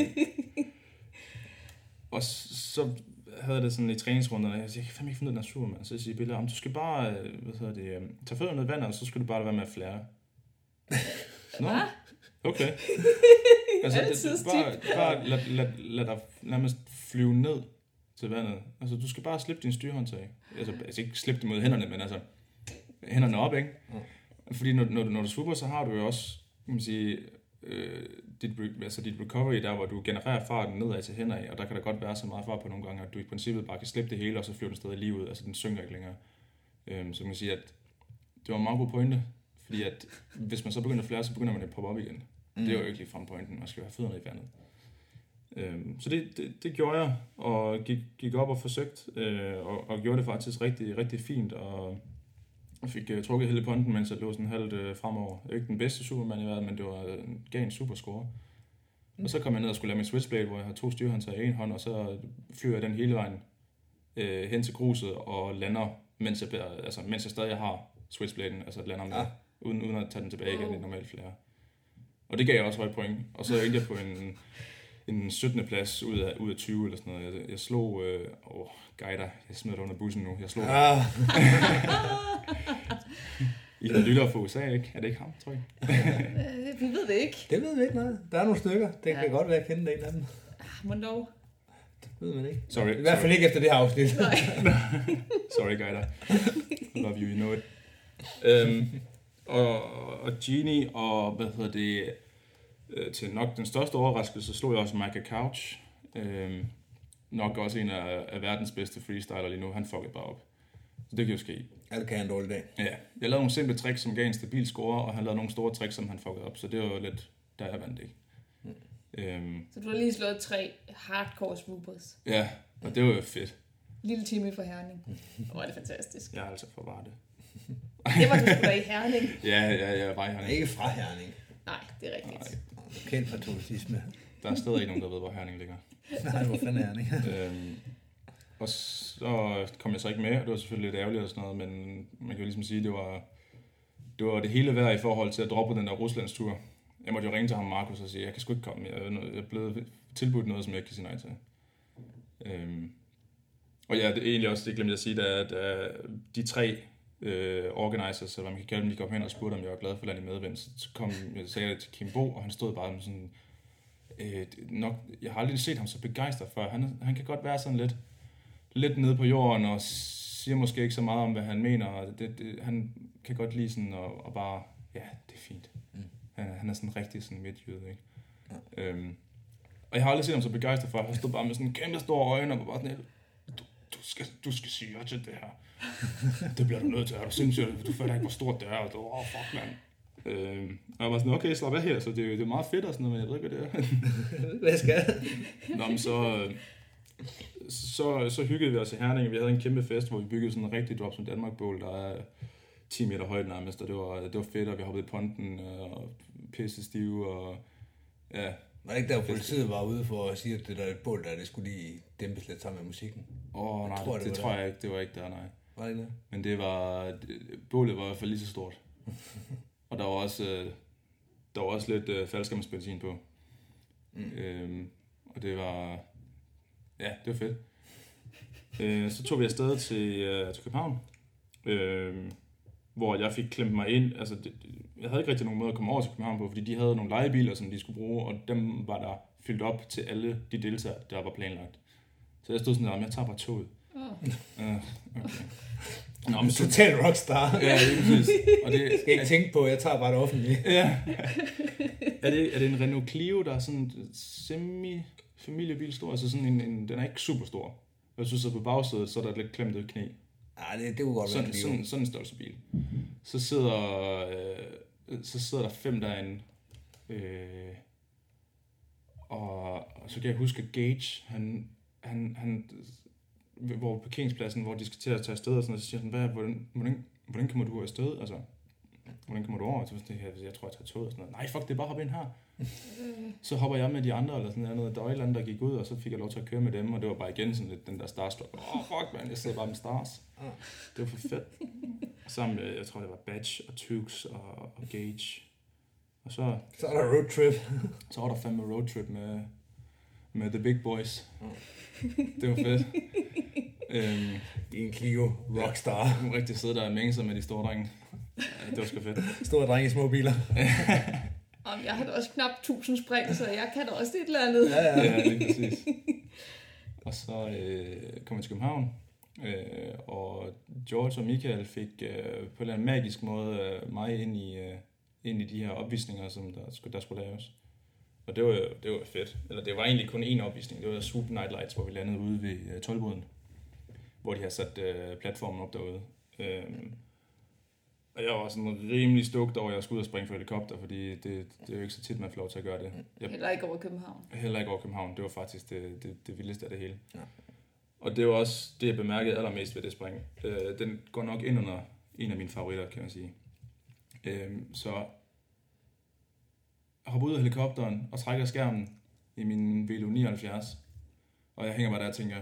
og så havde det sådan i træningsrunderne, og jeg siger, jeg kan fandme ikke finde ud af den her Superman. Så jeg siger Bille, om du skal bare, hvad hedder det, um, tage fødderne ned i vandet, og så skal du bare lade være med at flære. Nå, okay. Altså, det, det, bare, bare lad, lad, lad dig nærmest flyve ned til vandet. Altså, du skal bare slippe din styrhåndtag. Altså, altså ikke slippe det mod hænderne, men altså, hænderne op, ikke? Mm. Fordi når, når, du, når du swooper, så har du jo også, kan man sige, øh, dit, altså dit recovery der, hvor du genererer farten nedad til hænder, og der kan der godt være så meget fart på nogle gange, at du i princippet bare kan slippe det hele, og så flyver den stadig lige ud, altså den synker ikke længere. Øhm, så kan man sige, at det var en meget god pointe, fordi at hvis man så begynder at flære, så begynder man at poppe op igen. Mm. Det er jo ikke lige frem pointen, man skal jo have fødderne i vandet. Øhm, så det, det, det gjorde jeg, og gik, gik op og forsøgte, øh, og, og gjorde det faktisk rigtig, rigtig fint, og jeg fik uh, trukket hele ponten, mens jeg lå sådan halvt uh, fremover. Det er ikke den bedste Superman i verden, men det var uh, gav en super score. Mm. Og så kom jeg ned og skulle lave min switchblade, hvor jeg har to styrhåndtag i en hånd, og så flyver jeg den hele vejen uh, hen til gruset og lander, mens jeg, altså, mens jeg stadig har switchbladen, altså lander med, ja. uden, uden at tage den tilbage igen i normalt flere. Og det gav jeg også højt point. Og så endte jeg på en, en syttende plads ud af, ud af tyve eller sådan noget. Jeg, jeg slog... Øh, åh, guider, jeg smider dig under bussen nu. Jeg slog... Ah. I har lyttere fra U S A, ikke? Er det ikke ham, tror jeg? øh, vi ved det ikke. Det ved vi ikke noget. Der er nogle stykker. Det ja. kan godt være, at jeg kender en af dem. Ah, men dog. Det ved man ikke. Sorry. I hvert fald ikke efter det her afsnit. Sorry, guider. I love you, you know it. Um, og, og Genie, og hvad hedder det... Øh, til nok den største overraskelse, slog jeg også Micah Couch. Øh, nok også en af, af verdens bedste freestyler lige nu. Han fuckede bare op. Så det kan jo ske. Ja, det kan en dårlig dag. Ja. Jeg lavede nogle simple tricks, som gav en stabil score, og han lavede nogle store tricks, som han fuckede op. Så det var lidt, der jeg vandt, ikke? Mm. Øhm, så du har lige slået tre hardcore swoopers. Ja, og det var jo fedt. Lille time fra Herning. Hvor er det fantastisk. Jeg er altså fra Varde. Det var du sgu da i Herning. Ja, ja, ja, var i Herning. Ikke fra Herning. Nej, det er rigtigt. Nej. Kendt for turisme. Der er stadig ikke nogen, der ved, hvor Herning ligger. Nej, hvor fanden er Herning? øhm, og så kom jeg så ikke med, og det var selvfølgelig lidt ærgerligt og sådan noget, men man kan jo ligesom sige, det var det, var det hele værd i forhold til at droppe den der Ruslands tur. Jeg måtte jo ringe til ham, Markus, og sige, jeg kan sgu ikke komme. Jeg er blevet tilbudt noget, som jeg ikke kan sige nej til. Øhm, og ja, det er egentlig også, det glemte jeg at sige, at, at de tre øh, organizers, eller hvad man kan kalde dem, de kom hen og spurgte, om jeg var glad for landet medvind. Så kom, jeg sagde det til Kim Bo, og han stod bare med sådan, øh, nok, jeg har aldrig set ham så begejstret før. Han, han kan godt være sådan lidt, lidt nede på jorden, og siger måske ikke så meget om, hvad han mener. Og det, det, han kan godt lide sådan, og, og bare, ja, det er fint. Mm. Han, han er sådan rigtig sådan midtjyde, ikke? Ja. Øhm, og jeg har aldrig set ham så begejstret før. Han stod bare med sådan kæmpe store øjne, og bare sådan, du, du, skal, du skal sige ja til det her. Det bliver du nødt til. Er du sindssygt? Du fatter ikke, hvor stort det er. Og du, åh, oh, fuck, mand. Øhm, og jeg var sådan, okay, slap af her. Så det, det er meget fedt og sådan noget, men jeg ved ikke, hvad det er. Hvad skal jeg? Nå, men så, så, så hyggede vi os i Herning. Vi havde en kæmpe fest, hvor vi byggede sådan en rigtig drop som Danmark-bål, der er ti meter højt nærmest, og det var, det var fedt, og vi hoppede i ponten og pisse stive, og ja. Var det ikke der, politiet var ude for at sige, at det der et bål der, det skulle lige dæmpes lidt sammen med musikken? Åh, oh, nej, tror, det, det, det tror jeg ikke. Det var ikke der, nej. Var det ikke det? Men det var, det, bålet var i hvert fald lige så stort. Og der var også, der var også lidt uh, faldskærmsbenzin på. Mm. Øhm, og det var, ja, det var fedt. øh, så tog vi afsted til, uh, til København, øh, hvor jeg fik klemt mig ind. Altså, det, jeg havde ikke rigtig nogen måde at komme over til København på, fordi de havde nogle lejebiler, som de skulle bruge, og dem var der fyldt op til alle de deltagere, der var planlagt. Så jeg stod sådan der, jeg tager bare toget. Oh. Uh, okay. Nå, men så... Total rockstar. Ja, det er præcis. Og det skal ikke tænke på, jeg tager bare det offentlige. Ja. Er det, er det en Renault Clio, der er sådan en semi-familiebil stor? Altså sådan en, en, den er ikke super stor. Hvis du sidder på bagsædet, så er der lidt klemt et knæ. Ja, det, det kunne godt sådan, være en sådan, sådan en størrelse bil. Så sidder, øh, så sidder der fem derinde. Øh, og, og så kan jeg huske, at Gage, han, han, han hvor parkeringspladsen, hvor de skal til at tage afsted, og sådan, og så siger han, hvad, hvordan, hvordan, hvordan kommer du afsted? Altså, hvordan kommer du over? Så jeg, jeg tror, jeg tager toget og sådan noget. Nej, fuck, det er bare at hoppe ind her. Så hopper jeg med de andre, eller sådan noget. Der var et eller andet, der gik ud, og så fik jeg lov til at køre med dem, og det var bare igen sådan lidt den der starstruck. Åh, oh, fuck, man, jeg sidder bare med stars. Det var for fedt. Sammen med, jeg tror, det var Batch og Tukes og, og Gage. Og så... Så er der roadtrip. Så var der fandme roadtrip med, med The Big Boys. Det var fedt. Øhm, I en Clio Rockstar. Ja, rigtig sidde der og mænge sig med de store drenge. Ja, det var sgu fedt. Store drenge i små biler. Om jeg har da også knap tusind spring, så jeg kan da også et eller andet. Ja, ja. Ja, lige præcis. Og så øh, kom jeg til København, øh, og George og Michael fik øh, på en eller anden magisk måde øh, mig ind i, øh, ind i de her opvisninger, som der skulle, der skulle laves. Og det var, det var fedt. Eller det var egentlig kun én opvisning. Det var Super Night Lights, hvor vi landede ude ved øh, Toldboden, hvor de har sat øh, platformen op derude. Øh, Og jeg var sådan rimelig stugt over, at jeg skulle ud og springe for helikopter, fordi det, det er jo ikke så tit, man får lov til at gøre det. Jeg, heller ikke over København. Heller ikke over København. Det var faktisk det, det, det vildeste af det hele. Ja. Og det var også det, jeg bemærkede allermest ved det spring. Øh, den går nok ind under en af mine favoritter, kan man sige. Øh, så jeg hopper ud af helikopteren og trækker skærmen i min Velo nioghalvfjerds. Og jeg hænger bare der og tænker,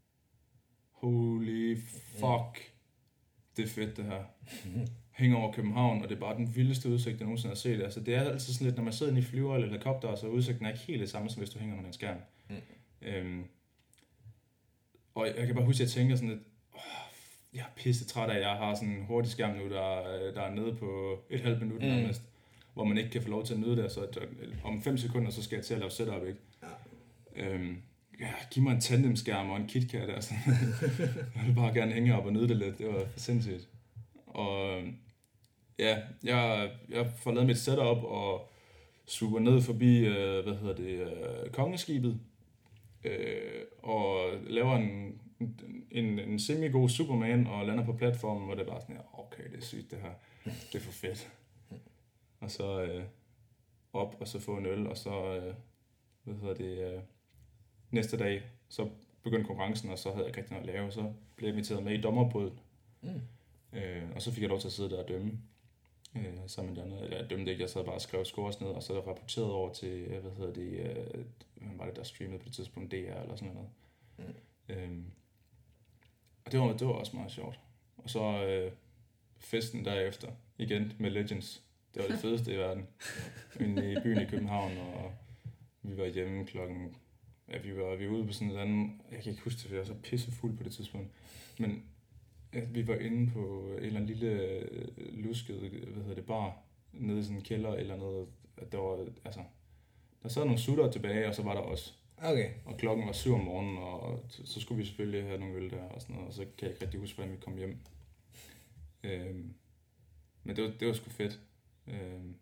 holy fuck, det er fedt det her. Hænger over København, og det er bare den vildeste udsigt, jeg nogensinde har set. Altså, det er altid sådan lidt, når man sidder i flyver eller helikopter, så udsigten er ikke helt det samme, som hvis du hænger under en skærm. Mm. Øhm, og jeg kan bare huske, at jeg tænker sådan lidt, åh, jeg er pisse træt af, at jeg har sådan en hurtig skærm nu, der, der er nede på et halvt minut nærmest, mm. hvor man ikke kan få lov til at nyde det, så om fem sekunder, så skal jeg til at lave setup, ikke? Ja. Øhm, ja, giv mig en tandemskærm og en KitKat, altså. Jeg vil bare gerne hænge op og nyde det lidt, det var sindssygt. Og ja, jeg, jeg får lavet mit setup og super ned forbi, øh, hvad hedder det, øh, kongeskibet, øh, og laver en, en, en semi-god Superman og lander på platformen, hvor det er bare sådan her, okay, det er sygt det her, det er for fedt. Og så øh, op, og så få en øl, og så, øh, hvad hedder det, øh, næste dag, så begyndte konkurrencen, og så havde jeg ikke rigtig noget at lave, så blev jeg inviteret med i dommerbrødet. Mm. Øh, og så fik jeg lov til at sidde der og dømme øh, sammen med det andet. Eller jeg dømte ikke, jeg sad bare og skrev scores ned, og så rapporterede over til, hvad hedder det, øh, hvad var det, der streamede på det tidspunkt, D R eller sådan noget. Mm. Øh, og det var, det var også meget sjovt. Og så øh, festen derefter, igen med Legends. Det var det fedeste i verden. Inde i byen i København, og vi var hjemme klokken, ja, vi var, vi var ude på sådan en anden, jeg kan ikke huske det, for jeg var så pissefuld på det tidspunkt. Men at vi var inde på en eller anden lille øh, lusket, hvad hedder det, bar, nede i sådan en kælder eller noget. At der var, altså, der sad nogle sutter tilbage, og så var der også. Okay. Og klokken var syv om morgenen, og så skulle vi selvfølgelig have nogle øl der og sådan noget, og så kan jeg ikke rigtig huske, hvordan vi kom hjem. Øhm, men det var, det var sgu fedt. Øhm,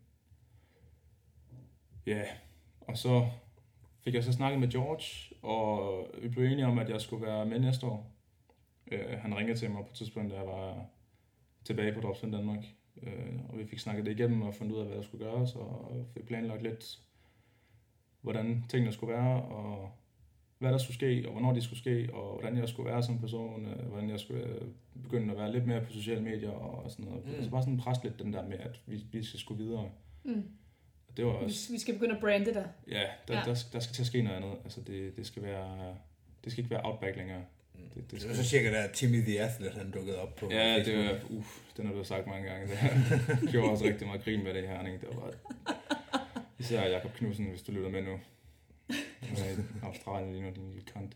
ja, yeah. Og så fik jeg så snakket med George, og vi blev enige om, at jeg skulle være med næste år. Øh, han ringede til mig på et tidspunkt, da jeg var tilbage på Dropspin Danmark, øh, og vi fik snakket det igennem og fundet ud af, hvad der skulle gøres, og fik planlagt lidt, hvordan tingene skulle være, og hvad der skulle ske, og hvornår det skulle ske, og hvordan jeg skulle være som person, øh, hvordan jeg skulle øh, begynde at være lidt mere på sociale medier og sådan noget. Mm. Altså bare sådan presse lidt den der med, at vi, vi skal skulle videre. Mm. Det var også, vi skal begynde at brande dig. Ja, der, ja. Der, der, der skal til at ske noget andet. Altså det, det skal være, det skal ikke være Outback længere. Det, det, det var så cirka der Timmy the Athlete, han dukkede op på ja, Facebook. det var, uff, den har du sagt mange gange. Det gjorde også rigtig meget grin med det her. Det var især Jakob Knudsen, hvis du lytter med nu. Med Australien lige nu, din lille kant.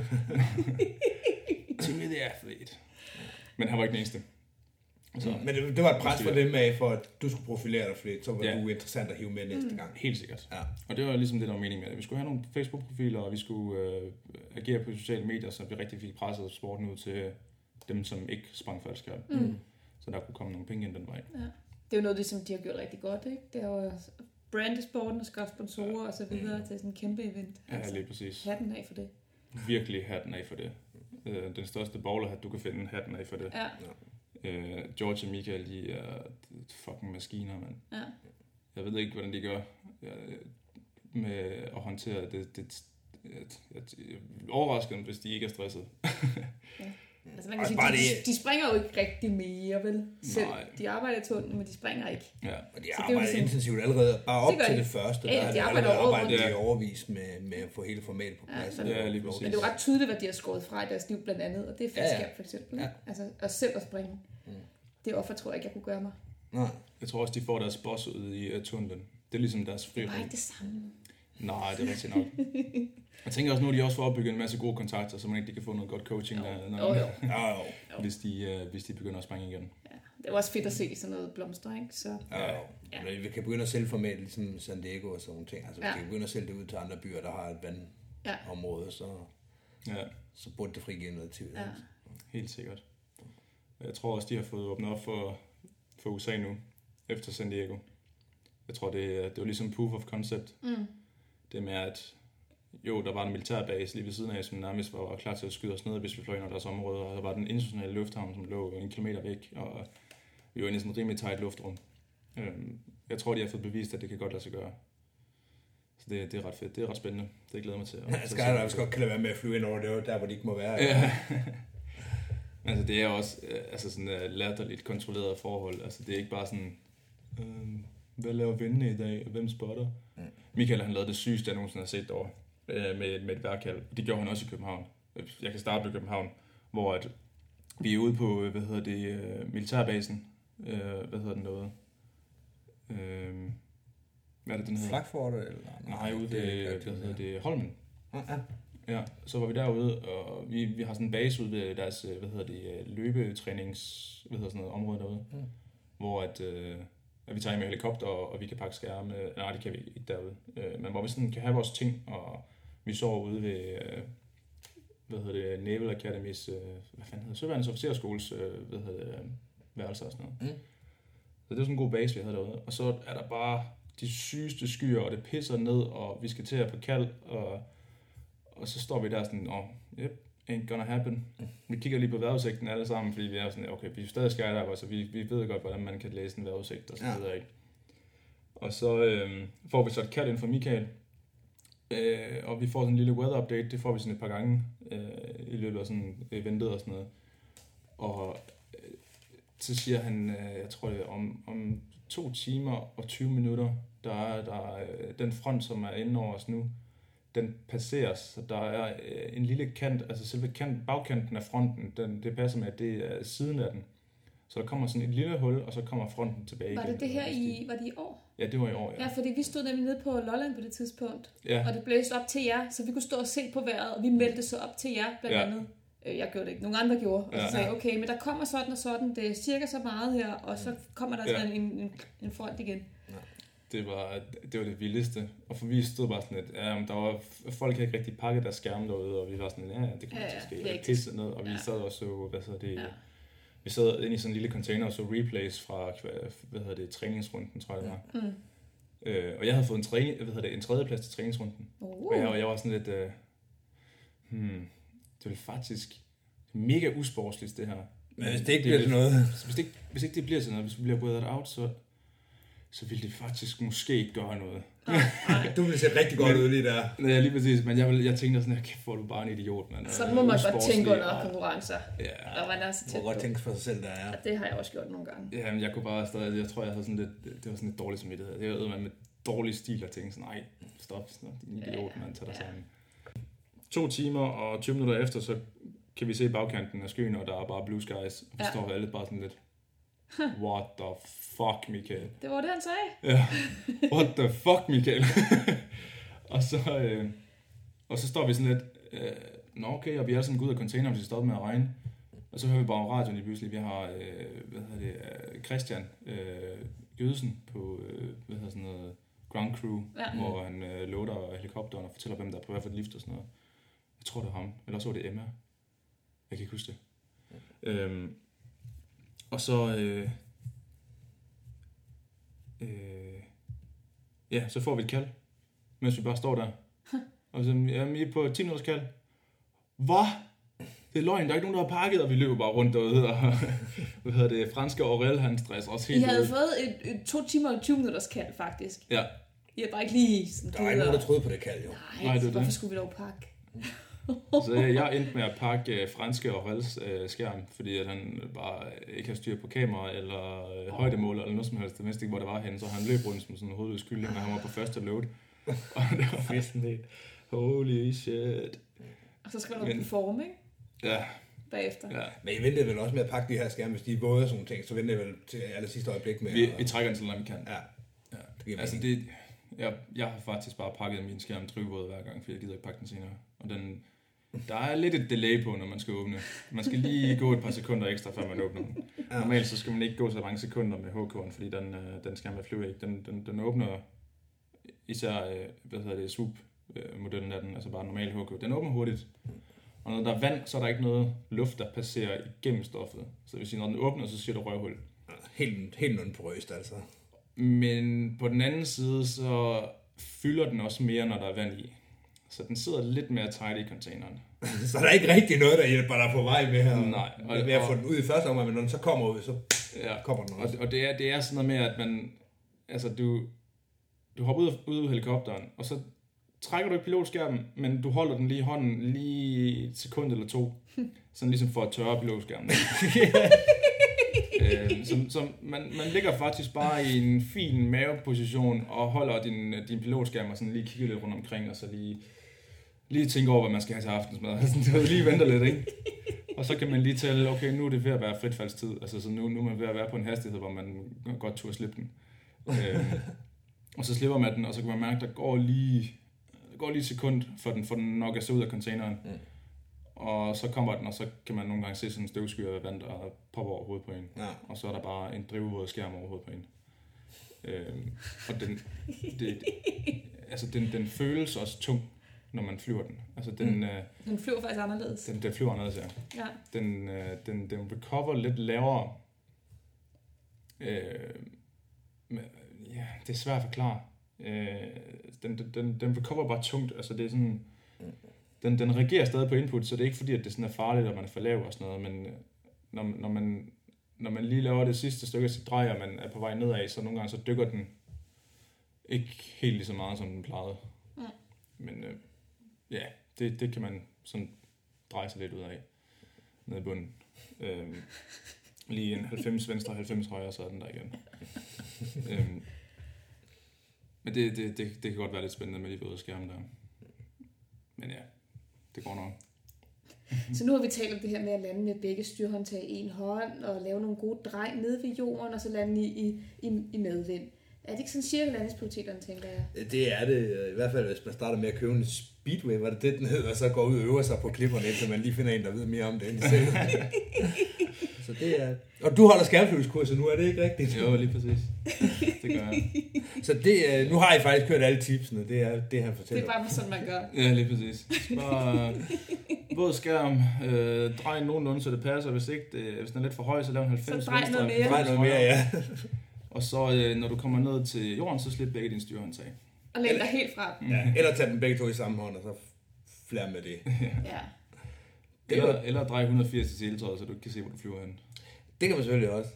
Timmy the Athlete. Men han var ikke den eneste. Så, men det, det var et pres for dem af, for at du skulle profilere dig flere, så var ja. du interessant at hive med næste mm. gang. Helt sikkert. Ja. Og det var ligesom det, der var meningen med det. Vi skulle have nogle Facebook-profiler, og vi skulle øh, agere på sociale medier, så vi rigtig fik presset sporten ud til dem, som ikke sprang faldskærm. Mm. Så der kunne komme nogle penge ind den vej. Ja. Det er jo noget, det, som de har gjort rigtig godt, ikke? Det er jo brande sporten og skaffe sponsorer ja. og så videre mm. til sådan en kæmpe event. Ja, altså, lige præcis. Hatten af for det. Virkelig hatten af for det. Den største bowlerhat, du kan finde, hatten af for det. Ja. Uh, George og Michael, de er fucking maskiner, mand. Ja. Jeg ved ikke, hvordan de gør med at håndtere det. det, det jeg, jeg overrasker dem, hvis de ikke er stresset. Ja. Altså man kan sige, de, de springer jo ikke rigtig mere, vel? Selv. De arbejder i tunnelen, men de springer ikke. Ja. Og de arbejder ligesom intensivt allerede, bare op til de. det første. Ja, der de er arbejder arbejdet i overvis med, med at få hele formatet på plads. Ja, ja, lige præcis. Men det er jo ret tydeligt, hvad de har skåret fra i deres liv blandt andet, og det er faldskærm ja, ja. for eksempel. Ja. Altså at selv at springe. Mm. Det offer tror jeg ikke, jeg kunne gøre mig. Nej. Jeg tror også, de får deres boss ud i uh, tunnelen. Det er ligesom deres frirum. Det er ikke det samme. Nej, det er rigtigt nok. Jeg tænker også nu, at de også får opbygget en masse gode kontakter, så man ikke de kan få noget godt coaching jo. der, når, jo, jo. jo, jo. Hvis, de, uh, hvis de begynder at springe igen. Ja. Det er også fedt at se sådan noget blomster, ikke? Så, ja, jo. Ja. Vi kan begynde at sælge format ligesom San Diego og sådan nogle ting. Altså, vi ja. kan begynde at sælge det ud til andre byer, der har et vandområde, så, ja. så burde det frigive noget til. Ja. Helt sikkert. Jeg tror også, de har fået åbnet op for, for U S A nu, efter San Diego. Jeg tror, det, det var ligesom proof of concept. Mm. Det med, at jo, der var en militærbase lige ved siden af, som nærmest var klar til at skyde os ned, hvis vi fløj ind over deres område. Og der var den internationale lufthavn, som lå en kilometer væk, og vi var inde i sådan et rimelig tight luftrum. Jeg tror, de har fået bevist, at det kan godt lade sig gøre. Så det, det er ret fedt. Det er ret spændende. Det glæder mig til. Ja, Skydivers godt kan lade være med at flyve ind over det, der hvor de ikke må være. Ja. Altså, det er også altså sådan uh, latterligt kontrolleret forhold. Altså, det er ikke bare sådan, øh, hvad laver vindene i dag, og hvem spotter? Mm. Michael, han lavede det sygeste, jeg nogensinde har set derovre, øh, med, med et værkald. Det gjorde han også i København. Jeg kan starte med København, hvor at vi er ude på, hvad hedder det, uh, militærbasen. Uh, hvad hedder den derude? Uh, hvad er det, den hedder? Flakfortet? Eller? Nej, ude ved, hvad hedder det, Holmen. Ja. Ja, så var vi derude, og vi, vi har sådan en base ude ved deres, hvad hedder det, løbetrænings, hvad hedder sådan noget, område derude, mm. hvor at, øh, at vi tager med helikopter, og vi kan pakke skærme. Nej, det kan vi ikke derude. Øh, men hvor vi sådan kan have vores ting, og vi sover ude ved, øh, hvad hedder det, Naval Academys, øh, hvad fanden hedder Søværnets Officerskoles, øh, hvad hedder det, øh, værelser og sådan noget. Mm. Så det er sådan en god base, vi havde derude. Og så er der bare de sygeste skyer, og det pisser ned, og vi skal til at på kald, og Og så står vi der sådan, åh, oh, yep, ain't gonna happen. Vi kigger lige på vejrudsigten alle sammen, fordi vi er sådan, okay, vi er stadig skydiver, så vi, vi ved godt, hvordan man kan læse en vejrudsigt og så videre, ja. Ikke? Og så øh, får vi så et kald ind fra Michael, øh, og vi får sådan en lille weather update, det får vi sådan et par gange øh, i løbet af sådan eventet og sådan noget. Og øh, så siger han, øh, jeg tror det er om, om to timer og tyve minutter, der er der øh, den front, som er inde over os nu, den passeres, så der er en lille kant, altså selve kant, bagkanten af fronten, den, det passer med, at det er siden af den. Så der kommer sådan et lille hul, og så kommer fronten tilbage. Var det igen, det her i, var det i år? Ja, det var i år, ja. Ja, fordi vi stod nemlig nede på Lolland på det tidspunkt, ja. og det blæste op til jer, så vi kunne stå og se på vejret, og vi meldte så op til jer, blandt ja. andet, Jeg gjorde det ikke, nogen andre gjorde. Og så Ja. sagde jeg, okay, men der kommer sådan og sådan, det er cirka så meget her, og så kommer der sådan Ja. en, en, en front igen. Det var, det var det vildeste. Og for vi stod bare sådan lidt, ja, men der var, folk havde ikke rigtig pakket deres skærme derude, og vi var sådan lidt, ja, det kommer Ja, til at ske. ja, Og det rigtigt. pissede ned, og vi Ja. sad og så, hvad hedder det, Ja. vi sad inde i sådan en lille container og så replays fra, hvad hedder det, træningsrunden, tror jeg det var. Mm. Øh, og jeg havde fået en, træning, hvad hedder det, en tredjeplads til træningsrunden. Uh. Og jeg, og jeg var sådan lidt, øh, hmm, det er faktisk mega usportsligt det her. Men hvis det ikke bliver til noget. Hvis det, ikke, hvis ikke det bliver til noget, hvis vi bliver weathered out, så, så vil det faktisk måske ikke gøre noget. Du ville se rigtig godt ud lige der. Ja, lige præcis, men jeg, vil, jeg tænkte sådan, kæft, hvor er du bare en idiot, mand. Sådan må man godt Usportslig, tænke under og- konkurrencer, Ja, når man er så Du tæt må godt på. tænke for sig selv, der er. Og det har jeg også gjort nogle gange. ja, men jeg kunne bare stadig, jeg tror, jeg havde sådan lidt, det var sådan lidt dårligt samvittighed. Det var man med dårlig stil og tænkte sådan, nej, stop, stop, din idiot, Ja, mand, tag dig ja. sammen. To timer og tyve minutter efter, så kan vi se bagkanten af skyen, og der er bare blue skies. Og vi Ja. står alle bare sådan lidt, what the fuck, Michael? Det var det, han sagde. Ja, what the fuck, Michael? og, så, øh, og så står vi sådan lidt, øh, nå okay, og vi er sådan gået ud af containeren, hvis det stopper med at regne. Og så hører vi bare radioen i pludselig. Vi har, øh, hvad hedder det, øh, Christian øh, Gødesen på, øh, hvad hedder sådan noget, ground crew, Ja. hvor han øh, loader helikopteren og fortæller, hvem der er på hvad for et lift og sådan noget. Jeg tror, det var ham. Eller også var det Emma. Jeg kan ikke huske det. Øhm, og så... Øh, øh, ja, så får vi et kald, mens vi bare står der. Og så jamen, I er på ti minutters kald. Hvad? Det er løgn, der er ikke nogen, der har pakket, og vi løber bare rundt derude. Og, hvad hedder det, franske Aurel, han stresser også I helt havde ud. fået et, et to timer og tyve minutters kald, faktisk. Ja, I havde bare ikke lige sådan Der er ikke nogen, der troede på det kald, jo. Nej, Nej, det er hvorfor det. skulle vi dog pakke? så jeg, jeg endte med at pakke øh, franske Aurels øh, skærm, fordi at han bare ikke har styr på kamera eller øh, højdemåler eller noget som helst. Det vidste ikke, hvor det var henne, så han løb rundt som sådan en hovedløs kylling, når han var på første load. Og det var faktisk sådan helt, holy shit. Og så skal man Men- jo performe, ikke? Ja, Bagefter. ja. Men I ventede vel også med at pakke de her skærme, hvis de er våde og sådan nogle ting, så ventede I vel til aller sidste øjeblik med Vi, at... vi trækker den så langt vi kan. Ja, Ja. det giver Altså mening. det, jeg, jeg har faktisk bare pakket min skærm drivvåd hver gang, for jeg gider ikke pakke den senere. Og den, der er lidt et delay på, når man skal åbne. Man skal lige gå et par sekunder ekstra, før man åbner den. Ja. Normalt så skal man ikke gå så mange sekunder med H K'en, fordi den, øh, den skærm er flyver ikke. Den, den, den åbner især, øh, hvad hedder det, swoop-modellen af den, altså bare normal H K. Den åbner hurtigt. Og når der er vand, så er der ikke noget luft, der passerer igennem stoffet. Så det vil sige, når den åbner, så siger du røvhul. Helt, helt noget porøst, altså. Men på den anden side, så fylder den også mere, når der er vand i. Så den sidder lidt mere tight i containeren. Så der er ikke rigtig noget, der hjælper dig på vej med her. Nej. Og, med at få den ud i første omgang, men når den så kommer ud, så Ja. kommer den Og, også. og det, er, det er sådan noget med, at man... Altså, du, du hopper ud, af- ud af helikopteren, og så trækker du ikke pilotskærmen, men du holder den lige i hånden lige et sekund eller to. Sådan ligesom for at tørre pilotskærmen. øh, så, så man, man ligger faktisk bare i en fin maveposition og holder din, din pilotskærm og sådan lige kigger lidt rundt omkring, og så lige, lige tænker over, hvad man skal have til aftensmad. Sådan, det lige venter lidt, ikke? Og så kan man lige tælle, okay, nu er det ved at være fritfaldstid. Altså, så nu, nu er man ved at være på en hastighed, hvor man godt turde slippe den. øh, og så slipper man den, og så kan man mærke, at der går lige, der går lige et sekund, for den, for den nok er så ud af containeren. Mm. Og så kommer den, og så kan man nogle gange se sådan en støvskyer af vand, der popper over hovedet på en. Ja. Og så er der bare en drivvåd skærm over hovedet på en. Øhm, og den, det, altså den, den føles også tung, når man flyver den. Altså den, Mm. øh, Den flyver faktisk anderledes. den, den flyver anderledes, ja. Ja. Den, øh, den, den recover lidt lavere. Øh, men, ja, det er svært at forklare. Øh, den, den, den recover bare tungt. Altså det er sådan... Den, den reagerer stadig på input, så det er ikke fordi, at det sådan er farligt, at man er for lav og sådan noget, men øh, når, når, man, når man lige laver det sidste stykke af sit drej, og man er på vej nedad, så nogle gange så dykker den ikke helt lige så meget, som den plejede. Mm. Men øh, ja, det, det kan man sådan dreje sig lidt ud af nede i bunden. Øhm, lige en halvfems venstre, halvfems højre, så er den der igen. øhm, men det, det, det, det kan godt være lidt spændende med de våde skærme der. Men ja, det går nok. Så nu har vi talt om det her med at lande med begge styrhåndtag i en hånd, og lave nogle gode drej nede ved jorden, og så lande i, i, i, i medvind. Er det ikke sådan cirka landesprioriteterne, tænker jeg? Det er det, i hvert fald hvis man starter med at købe en Speedway, var det det, den hedder, og så går ud og øver sig på klipperne, indtil man lige finder en, der ved mere om det end selv. Så det er... Og du holder skærmflyvelskurser nu, er det ikke rigtigt? Jo, lige præcis. Det gør jeg. Så det, nu har I faktisk kørt alle tipsene, det er det, han fortæller. Det er bare sådan, man gør. Ja, lige præcis. Bare våd skærm, øh, drej nogenlunde, så det passer. Hvis, ikke det, hvis den er lidt for høj, så lav en halvfems. Så drej noget mere. Drej noget mere, ja. Og så øh, når du kommer ned til jorden, så slip begge dine styrehåndtag. Og læg dig helt frem. Ja, eller tag dem begge to i samme hånd, og så flær med det. Ja. Eller, eller drej et hundrede og firs til seletøjet, så du ikke kan se, hvor du flyver hen. Det kan man selvfølgelig også.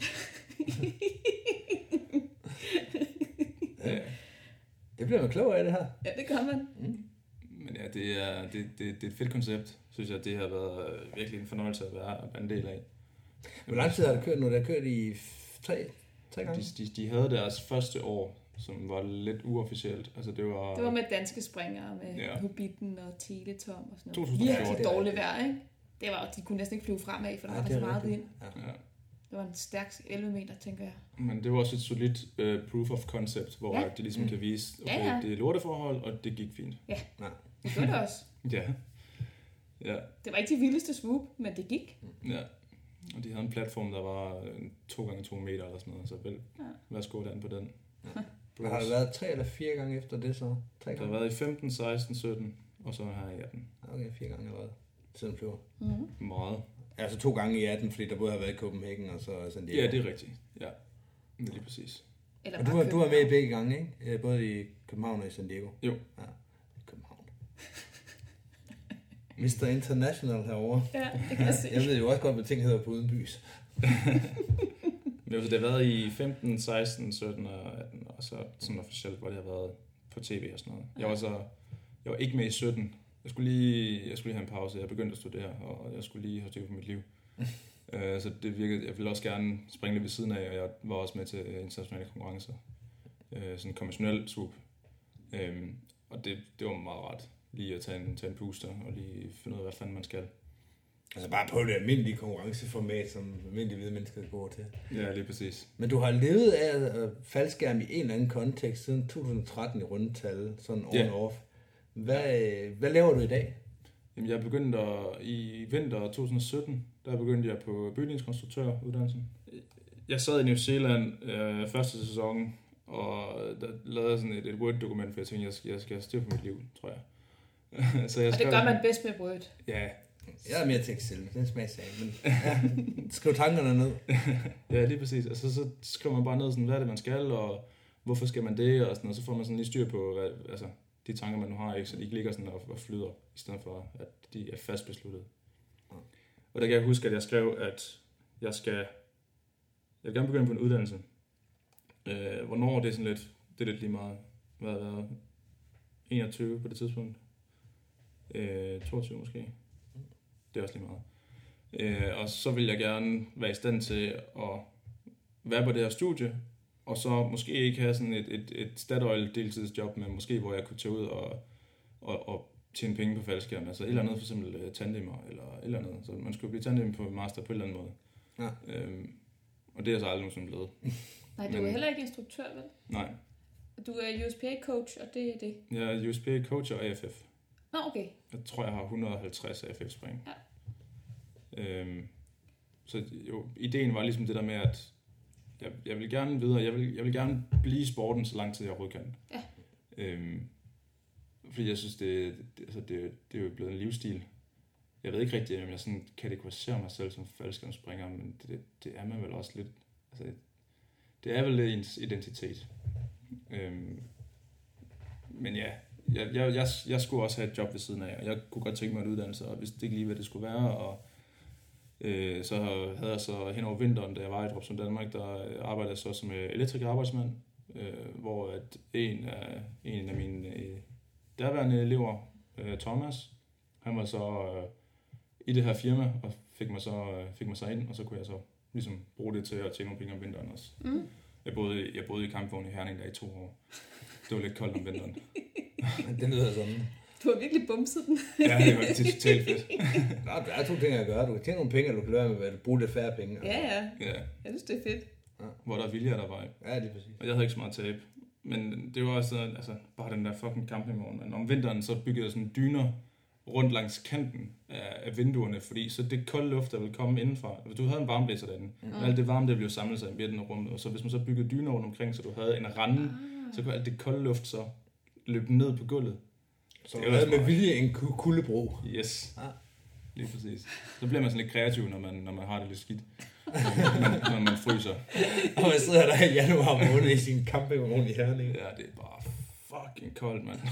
Ja. Det bliver man klog af, det her. Ja, det gør man. Mm. Men ja, det er, det, det, det er et fedt koncept, synes jeg. Det har været virkelig en fornøjelse at være, at være en del af. Hvor lang tid har det kørt nu? Det har kørt i tre, tre gange? De, de, de havde deres første år, som var lidt uofficielt. Altså det var... Det var med danske springere, med Ja. Hobbiten og Teletom og sådan to noget. tusind og fjorten. Virkelig dårligt vejr, ikke? Det var, de kunne næsten ikke flyve fremad, for der Ja, var det så er meget rigtigt. vind. Ja. Ja. Det var en stærk elleve meter, tænker jeg. Men det var også et solidt uh, proof of concept, hvor Ja. ja. de ligesom kan vise, okay, Ja, ja. det er lorteforhold, og det gik fint. Ja, Ja. det gjorde det også. Ja. Ja. Det var ikke de vildeste swoop, men det gik. Ja. Og de havde en platform, der var øh, to gange to meter eller sådan noget, så vel, Ja. værsgo den på den. Ja. Har det været tre eller fire gange efter det så? Tre Der har gange? været i femten, seksten, sytten, og så her i atten. Okay, fire gange allerede. Siden flyver. Mm-hmm. Meget. Altså to gange i atten, fordi der både har været i Copenhagen og så San Diego. Ja, det er rigtigt. Ja, det er lige præcis. Eller Og du, bare har, du var med i København. begge gange, ikke? Både i København og i San Diego. Jo. Ja, København. mister International herovre. Ja, det kan jeg se. Jeg ved jo også godt, hvad ting hedder på udenbys. Men altså, det har været i femten, seksten, sytten og atten, og så sådan officielt, hvor det har været på tv og sådan noget. Jeg var så, jeg var ikke med i sytten. Jeg skulle lige, jeg skulle lige have en pause. Jeg begyndte at studere, og jeg skulle lige have styr på mit liv. uh, så det virkede, jeg ville også gerne springe lidt ved siden af, og jeg var også med til internationale konkurrencer. Uh, sådan konventionel swoop. Um, og det, det var meget rart. Lige at tage en, tage en booster, og lige finde ud af, hvad fanden man skal. Altså bare på det almindelige konkurrenceformat, som almindelige hvide mennesker går til. Ja, lige præcis. Men du har levet af faldskærm i en eller anden kontekst siden to tusind og tretten i rundetal, sådan on Ja. and off. Hvad, hvad laver du i dag? Jamen, jeg begyndte at, i vinter to tusind og sytten, der begyndte jeg på bygningskonstruktøruddannelsen. Jeg sad i New Zealand øh, første sæson, og der lavede jeg sådan et, et Word-dokument, for jeg tænkte, jeg skal, jeg skal have styr på mit liv, tror jeg. Så jeg Og det gør man bedst med Word. Ja, jeg er mere til Excel, det er en smagsag, men ja, skriv tankerne ned. Ja, lige præcis. Altså, så skriver man bare ned, sådan, hvad er det, man skal, og hvorfor skal man det, og sådan, og så får man sådan lige styr på, hvad, altså, de tanker, man nu har, ikke? Så de ikke ligger sådan og, og flyder, i stedet for, at de er fast besluttet. Og der kan jeg huske, at jeg skrev, at jeg skal, jeg vil gerne begynde på en uddannelse. Øh, hvornår, det er sådan lidt, det er lidt lige meget, hvad har været, enogtyve på det tidspunkt, øh, toogtyve måske, det er også lige meget. Øh, og så vil jeg gerne være i stand til at være på det her studie, og så måske ikke have sådan et, et, et Statoil deltidsjob, men måske hvor jeg kunne tage ud og, og, og tjene penge på faldskærm. Altså et eller andet, for eksempel uh, tandemer eller et eller andet. Så man skulle blive tandem på master på en eller anden måde. Ja. Øhm, og det er så aldrig nogensinde blevet. Nej, du er Men- heller ikke instruktør, vel? Nej, Du er U S P A-coach, og det er det. jeg er U S P A-coach og A F F. Nå, okay. Jeg tror, jeg har et hundrede og halvtreds A F F-spring. Ja. Øhm, så jo, ideen var ligesom det der med, at jeg, jeg vil gerne videre, jeg vil, jeg vil gerne blive i sporten så lang tid jeg overhovedet kan. Ja. Øhm, fordi jeg synes, det, det, altså det, det er jo blevet en livsstil. Jeg ved ikke rigtig, om jeg sådan kategoriserer mig selv som faldskærmsspringer, men det, det, det er man vel også lidt, altså det er vel lidt ens identitet. Øhm, men ja, jeg, jeg, jeg, jeg skulle også have et job ved siden af, og jeg kunne godt tænke mig en uddannelse, og hvis det ikke lige, hvad det skulle være, og øh, så havde jeg så hen over vinteren, da jeg var i Dropsund Danmark, der arbejdede jeg så som elektriker arbejdsmand, øh, hvor at en, af, en af mine øh, derværende elever, øh, Thomas, han var så øh, i det her firma, og fik mig, så, øh, fik mig så ind, og så kunne jeg så ligesom bruge det til at tjene nogle penge om vinteren også. Mm. Jeg boede, jeg boede i kampvogn i Herning der i to år. Det var lidt koldt om vinteren. Det lyder sådan. Du har virkelig bumset den. Ja, det var det er totalt fedt. Nå, der er to ting at gøre. Du kan tjene nogle penge, og du kan lade være med at bruge lidt færre penge. Ja, ja. Ja, Jeg synes, det er fedt. hvor der er vilje, er der vej. Ja, lige præcis. Og jeg havde ikke så meget tab. men det var også altså, bare den der fucking campingvogn. Men om vinteren så byggede jeg sådan dyner rundt langs kanten af, af vinduerne, fordi så det kolde luft, der ville komme indenfra. Du havde en varmeblæser derinde, mm. og alt det varme, der blev samlet sig i midten af rummet. Og så hvis man så byggede dyner rundt omkring, så du havde en rande, ah. så kunne alt det kolde luft så løbe ned på gulvet. Så du havde med vilje en kuldebro. Yes. Ah. Lige præcis. Så bliver man sådan lidt kreativ, når man, når man har det lidt skidt. når, man, når man fryser. Og man sidder der i januar måned i sin campingvogn i Herning. Ja, det er bare fucking koldt, mand.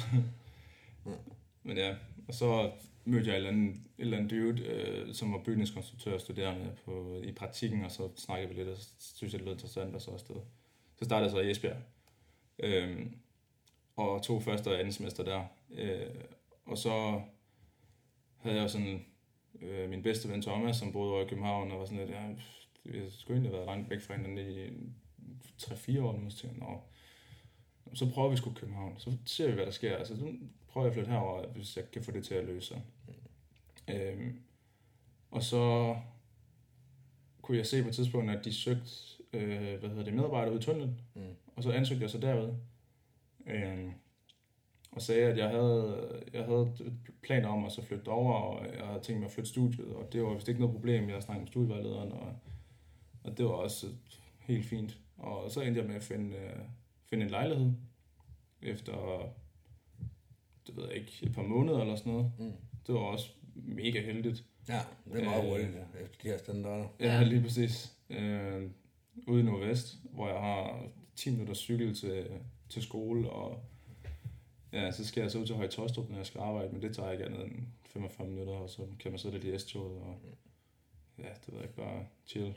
Men ja, og så mødte jeg et eller andet, et eller andet dude, øh, som var bygningskonstruktør og studerende på, i praktikken, og så snakkede vi lidt, og så synes jeg, det lød interessant, og så afsted. Så startede jeg så i Esbjerg. Øhm, og tog første og anden semester der. Øh, og så havde jeg sådan øh, min bedste ven Thomas, som boede over i København, og var sådan lidt, ja, det skulle egentlig have været langt væk fra hinanden i tre fire år, måske. Og så prøver vi sgu København, så ser vi, hvad der sker. Altså, så prøver jeg at flytte herover, hvis jeg kan få det til at løse sig. Øhm, og så kunne jeg se på et tidspunkt, at de søgte øh, hvad hedder det, medarbejdere ude i tunnelen, mm. og så ansøgte jeg så derud. Øhm, og sagde, at jeg havde, jeg havde planer om at så flytte over, og jeg havde tænkt mig at flytte studiet, og det var vist ikke noget problem. Jeg havde snakket med studievejlederen, og, og det var også helt fint. Og så endte jeg med at finde, øh, finde en lejlighed, efter, det ved jeg ikke, et par måneder eller sådan noget. Mm. Det var også mega heldigt. Ja, det er meget hurtigt, øh, efter de her standarder. Ja, lige præcis. Øh, ude i Nordvest, hvor jeg har ti minutter cykel til, til skole, og ja, så skal jeg så ud til Høje Taastrup, når jeg skal arbejde, men det tager ikke andet end femogfyrre minutter, og så kan man sidde lidt i S-toget, og ja, det ved jeg ikke, bare chill.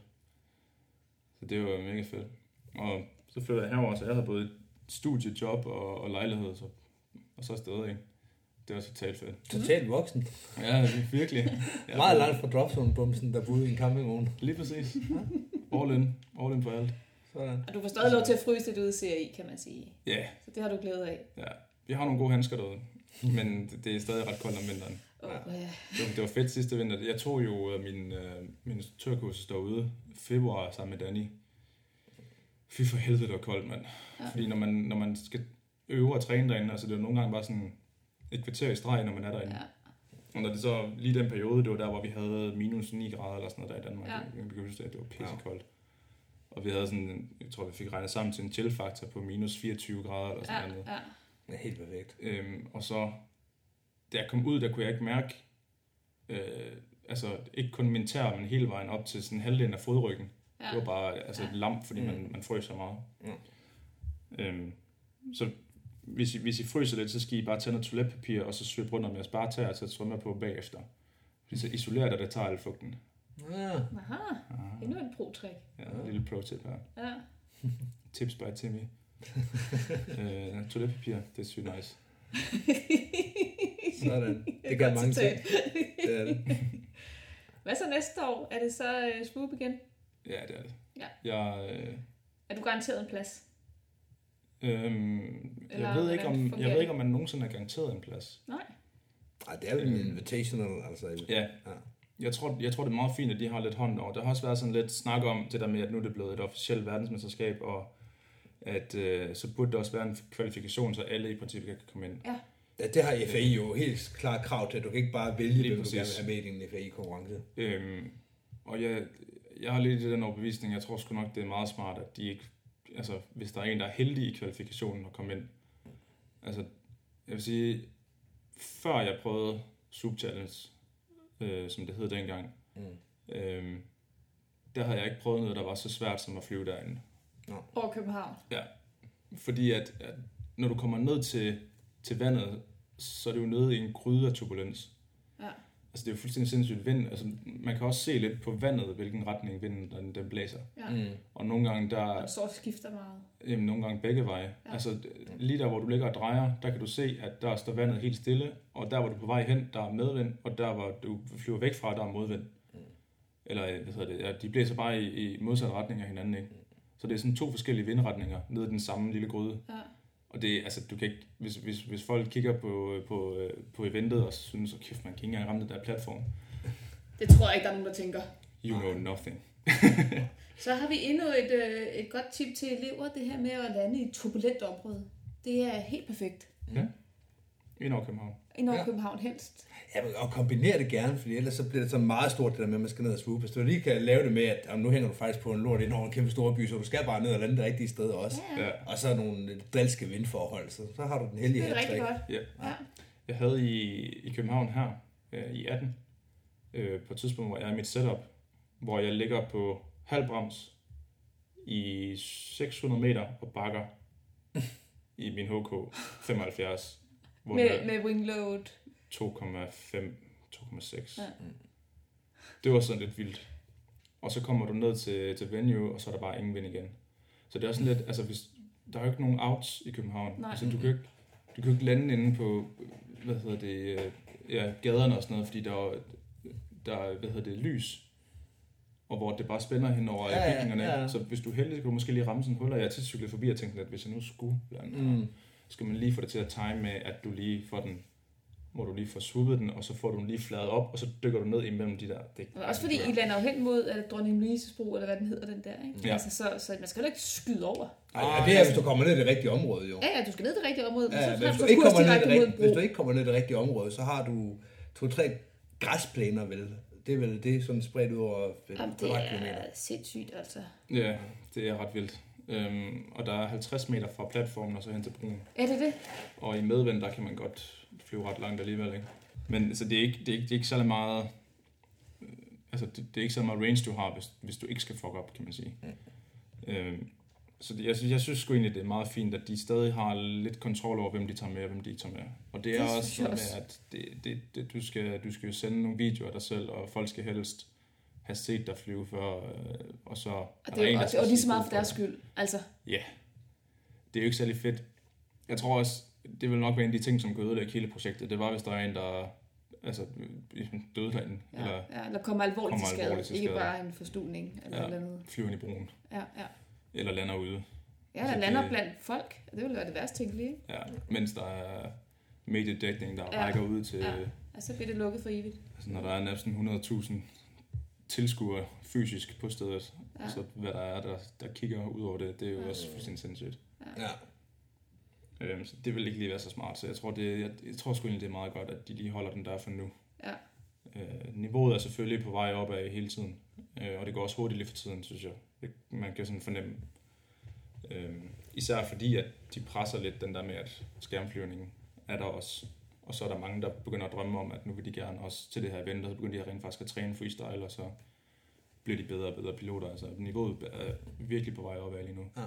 Så det var mega fedt. Og så flyttede jeg herover, så jeg havde både et studiejob og, og lejlighed, så, og så afsted, ikke? Det var totalt fedt. Totalt voksen. Ja, virkelig. Ja, meget langt fra dropzone-bumsen, der boede i en campingvogn. Lige præcis. All in. All in på alt. Sådan. Og du får stadig lov til at fryse det ude C I, kan man sige. Ja. Yeah. Så det har du glæde af. Ja. Vi har nogle gode handsker derude, men det er stadig ret koldt om vinteren. Oh, ja. det, var, det var fedt sidste vinter. Jeg tog jo min, uh, min instruktørkursus derude februar sammen med Danny. Fy for helvede, det var koldt, mand. Ja. Fordi når man, når man skal øve og træne derinde, altså det er nogle gange bare sådan et kvarter i streg, når man er derinde. Ja. Og når det så lige den periode, det var der, hvor vi havde minus ni grader eller sådan noget der i Danmark. Ja. Jeg kan huske, at det var pissekoldt. Ja. Og vi havde sådan, jeg tror, vi fik regnet sammen til en chill-faktor på minus fireogtyve grader eller sådan ja. noget. Ja. Det er helt perfekt. Øhm, og så, da jeg kom ud, der kunne jeg ikke mærke, øh, altså ikke kun min tær, men hele vejen op til sådan halvdelen af fodryggen. Ja. Det var bare altså, et lamp, fordi mm. man, man frøs så meget. Mm. Øhm, så hvis I, hvis I fryser lidt, så skal I bare tage noget toiletpapir, og så svøbe rundt om jeres bare tær, og så svømme på bagefter. Fordi så isolerer det, der tager al fugten. Ja. Aha, Aha. Endnu en pro-trick. Ja, en lille pro-tip her. Ja. Tips by Timmy. øh, toiletpapir, det er sygt nice. Sådan. Det gør mange ting. Det er det. Hvad så næste år? Er det så uh, Swoop igen? Ja, det er det. Ja. Jeg, øh... Er du garanteret en plads? Øhm, jeg, ved ikke, om, jeg ved ikke, om man nogensinde er garanteret en plads. Nej. Ej, det er vel en invitational, altså. Ja. ja. Jeg tror, jeg tror, det er meget fint, at de har lidt hånd over. Der har også været sådan lidt snak om det der med, at nu er det blevet et officielt verdensmesterskab, og at øh, så burde der også være en kvalifikation, så alle i princippet kan komme ind. Ja. Ja, det har F A I jo helt klart krav til. Du kan ikke bare vælge, hvem du gerne vil have med i din F A I-konkurrence. Øhm, og jeg, jeg har lidt i den overbevisning, jeg tror sgu nok, det er meget smart, at de ikke, altså hvis der er en, der er heldig i kvalifikationen at komme ind. Altså, jeg vil sige, før jeg prøvede Soup Challenge, øh, som det hed dengang, mm. øhm, der havde jeg ikke prøvet noget, der var så svært som at flyve derinde. No. Over København? Ja, fordi at, at når du kommer ned til, til vandet, så er det jo nede i en gryde af turbulens. Ja. Altså det er jo fuldstændig sindssygt vind. Altså man kan også se lidt på vandet, hvilken retning vinden den, den blæser. Ja. Mm. Og nogle gange der... Og så skifter meget. Jamen nogle gange begge veje. Ja. Altså lige der, hvor du ligger og drejer, der kan du se, at der står vandet helt stille, og der, hvor du er på vej hen, der er medvind, og der, hvor du flyver væk fra, der er modvind. Mm. Eller hvad hedder det? Ja, de blæser bare i, i modsatte retning af hinanden, ikke? Så det er sådan to forskellige vindretninger ned i den samme lille gryde. Ja. Og det altså du kan ikke, hvis, hvis, hvis folk kigger på, på, på eventet og synes, at kæft, man kan ikke engang ramme den der platform. Det tror jeg ikke, der er nogen, der tænker. you know nothing. Så har vi endnu et, øh, et godt tip til elever, det her med at lande i et turbulent område. Det er helt perfekt. Ja. I Nord København. I Nord Ja. København helst. Ja, og kombinere det gerne, fordi ellers så bliver det så meget stort, det der med, at man skal ned og swoop. Hvis du lige kan lave det med, at jamen, nu hænger du faktisk på en lort inden over en kæmpe store by, så du skal bare ned og lande det rigtige sted også. Ja, Ja. Og så nogle drilske vindforhold, så, så har du den heldige det er rigtig hat-trick. godt. Ja. Ja. Jeg havde i, i København her øh, i atten, øh, på et tidspunkt, hvor jeg er i mit setup, hvor jeg ligger på halv brems i seks hundrede meter og bakker i min H K femoghalvfjerds, hvor den Med, er med wingload. to komma fem, to komma seks. Ja. Det var sådan lidt vildt. Og så kommer du ned til, til venue, og så er der bare ingen vind igen. Så det er også sådan lidt, altså hvis, der er jo ikke nogen outs i København. Nej. Altså du kan jo ikke, du kan jo ikke lande inde på, hvad hedder det, øh, ja, gaderne og sådan noget, fordi der er, der er, hvad hedder det, lys. Og hvor det bare spænder hen over Ja, ja, bygningerne. ja. Så hvis du er heldig, så kan du måske lige ramme sådan en hul, og jeg er tit cyklet forbi og tænkte, at hvis jeg nu skulle lande, Mm. skal man lige få det til at time med, at du lige får den, hvor du lige får swoopet den, og så får du den lige fladet op, og så dykker du ned imellem de der. Det Og også fordi I lander jo hen mod uh, Dronning Louises bro, eller hvad den hedder, den der, ikke? Ja. Altså, så, så man skal jo ikke skyde over. Ej, det er, hvis du kommer ned i det rigtige område, jo. Ja, ja, du skal ned i det rigtige område, men Ja, så men tager hvis du du, ikke kurs kommer ned i direkte det, mod en rigt- bro. hvis du ikke kommer ned i det rigtige område, så har du to-tre græsplæner, vel? Det er vel det, sådan spredt ud over et Jamen, det kvadratkilometer. er sindssygt, altså. Ja, det er ret vildt. Øhm, og der er halvtreds meter fra platformen og så hen til broen. Er det det? Og i medvind, der kan man godt flyve ret langt alligevel, ikke? Men altså, det er ikke, det er ikke, det er ikke særlig meget... øh, Altså, det, det er ikke så meget range, du har, hvis, hvis du ikke skal fuck op, kan man sige. Mm. Øhm, så det, jeg, synes, jeg synes sgu egentlig, det er meget fint, at de stadig har lidt kontrol over, hvem de tager med og hvem de ikke tager med. Og det er Det også synes jeg noget også. med, at det, det, det, du, skal, du skal jo sende nogle videoer af dig selv, og folk skal helst have set dig flyve før, øh, og så... Og det er jo, og, det, og lige så meget for deres skyld, altså. Ja, det er jo ikke særlig fedt. Jeg tror også, det vil nok være en af de ting, som kan ødelægge hele projektet. Det var, hvis der er en, der altså, døde derinde, Ja, eller ja, eller kommer alvorligt kommer til skade, alvorligt til ikke skade. bare en forstuning eller Ja. ja. noget andet. flyver ind i broen, Ja, ja. eller lander ude. Ja, Altså, der lander det- blandt folk, og det ville være det værste tænkelige, ikke? Ja, mens der er mediedækning, der Ja. rækker ud til, Ja. Og så bliver det lukket for evigt. altså, når der er næsten hundrede tusind tilskuere fysisk på stedet, Ja. ja. så hvad der er, der, der kigger ud over det, det er jo også fuldstændig sindssygt. Ja. Øhm, så det vil ikke lige være så smart, så jeg tror, det, jeg, jeg tror sgu egentlig, det er meget godt, at de lige holder den der for nu. Ja. Øh, niveauet er selvfølgelig på vej opad hele tiden, øh, og det går også hurtigt lige for tiden, synes jeg. Det, man kan sådan fornemme. Øh, især fordi, at de presser lidt den der med, at skærmflyvningen er der også. Og så er der mange, der begynder at drømme om, at nu vil de gerne også til det her event, og så begynder de rent faktisk at træne freestyle, og så bliver de bedre og bedre piloter. Altså niveauet er virkelig på vej opad lige nu. Ja.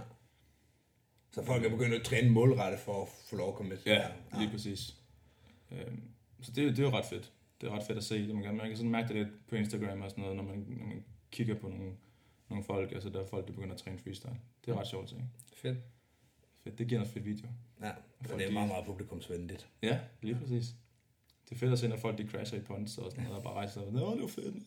Så folk er begyndt at træne målrettet for at få lov at komme med til Ja, det her. lige præcis. Øhm, så det, det er jo ret fedt. Det er ret fedt at se. Man kan, man kan sådan mærke det lidt på Instagram og sådan noget, når man, når man kigger på nogle, nogle folk. Altså der er folk, der begynder at træne freestyle. Det er ret sjovt at se. Fedt. Fedt. Det giver noget fedt video. Ja, Og for folk, det er de- meget, meget publikumsvenligt. Ja, lige præcis. Det er fedt at se, når folk de crasher i punts og sådan noget, og bare rejser sig. Nå, det var fedt.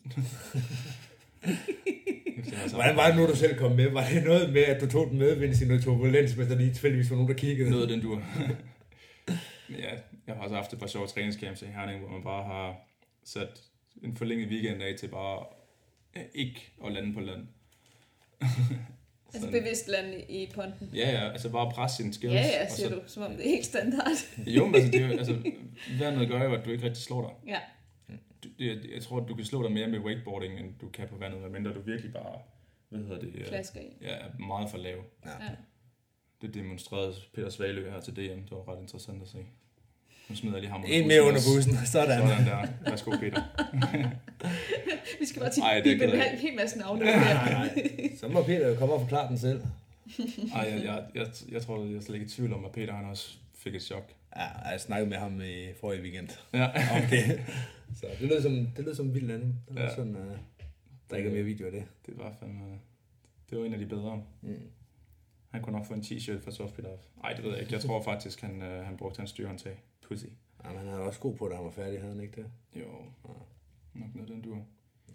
Hvordan var det nu, du selv kom med? Var det noget med, at du tog den medvind i noget turbulens, hvis der lige tilfældigvis var nogen, der kiggede? Noget af den dur. Ja, jeg har også haft et par sjove træningscamps i Herning, hvor man bare har sat en forlænget weekend af til bare ja, ikke at lande på land. Altså Sådan. bevidst lande i ponten. Ja, ja, altså bare presse sine skills. Ja, ja, og siger så, du, som om det er helt standard. Jo, men altså, det er jo, altså, vandet gør jo, at du ikke rigtig slår dig. Ja, Du, det, jeg tror, at du kan slå dig mere med wakeboarding, end du kan på vandet, medmindre du virkelig bare, hvad hedder det, flasker i. ja, er meget for lav. Ja. Det demonstrerede Peter Svalø her til D M. Det var ret interessant at se. Nu smider jeg lige ham En mere under bussen. Sådan. Sådan der. Værsgo, Peter. Vi skal bare til Ej, at det bippe en gider jeg hel, hel masse navne. Nej, nej, nej. Så må Peter jo komme og forklare den selv. Ej, jeg, jeg, jeg, jeg tror, jeg er slet ikke i tvivl om, at Peter han også fik et chok. Ja, jeg snakkede med ham i forrige weekend Ja. om det. Så det lød som, det lød som en vild landing. Det lød Ja. sådan, uh, der ikke er mere video af det. Det var fandme... Det var en af de bedre. Mm. Han kunne nok få en t-shirt fra Soft Pilaf. Ej, det ved jeg ikke. Jeg tror faktisk, han, øh, han brugte hans styrhåndtag. Pussy. Ja, men han havde også god på, da han var færdig, havde han ikke det? Jo, nok noget den dur.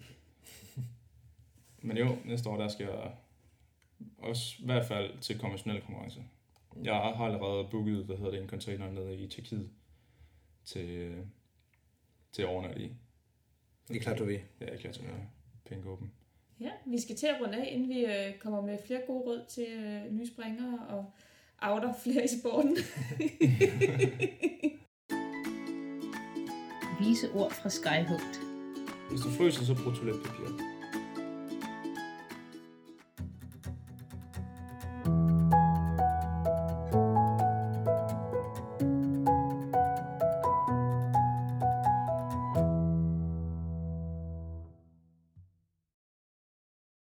Men jo, næste år, der skal jeg også i hvert fald til konventionel konkurrence. Jeg har allerede booket, hvad hedder det, en container nede i Tjekkiet til, til at overnatte i. Det er klart, du ved. Ja, jeg kan tage med Pink Open. Ja, vi skal til at runde af, inden vi øh, kommer med flere gode råd til øh, nye springere og outer flere i sporten. Vise ord fra Skyhugt. Hvis du fryser, så brug toiletpapir.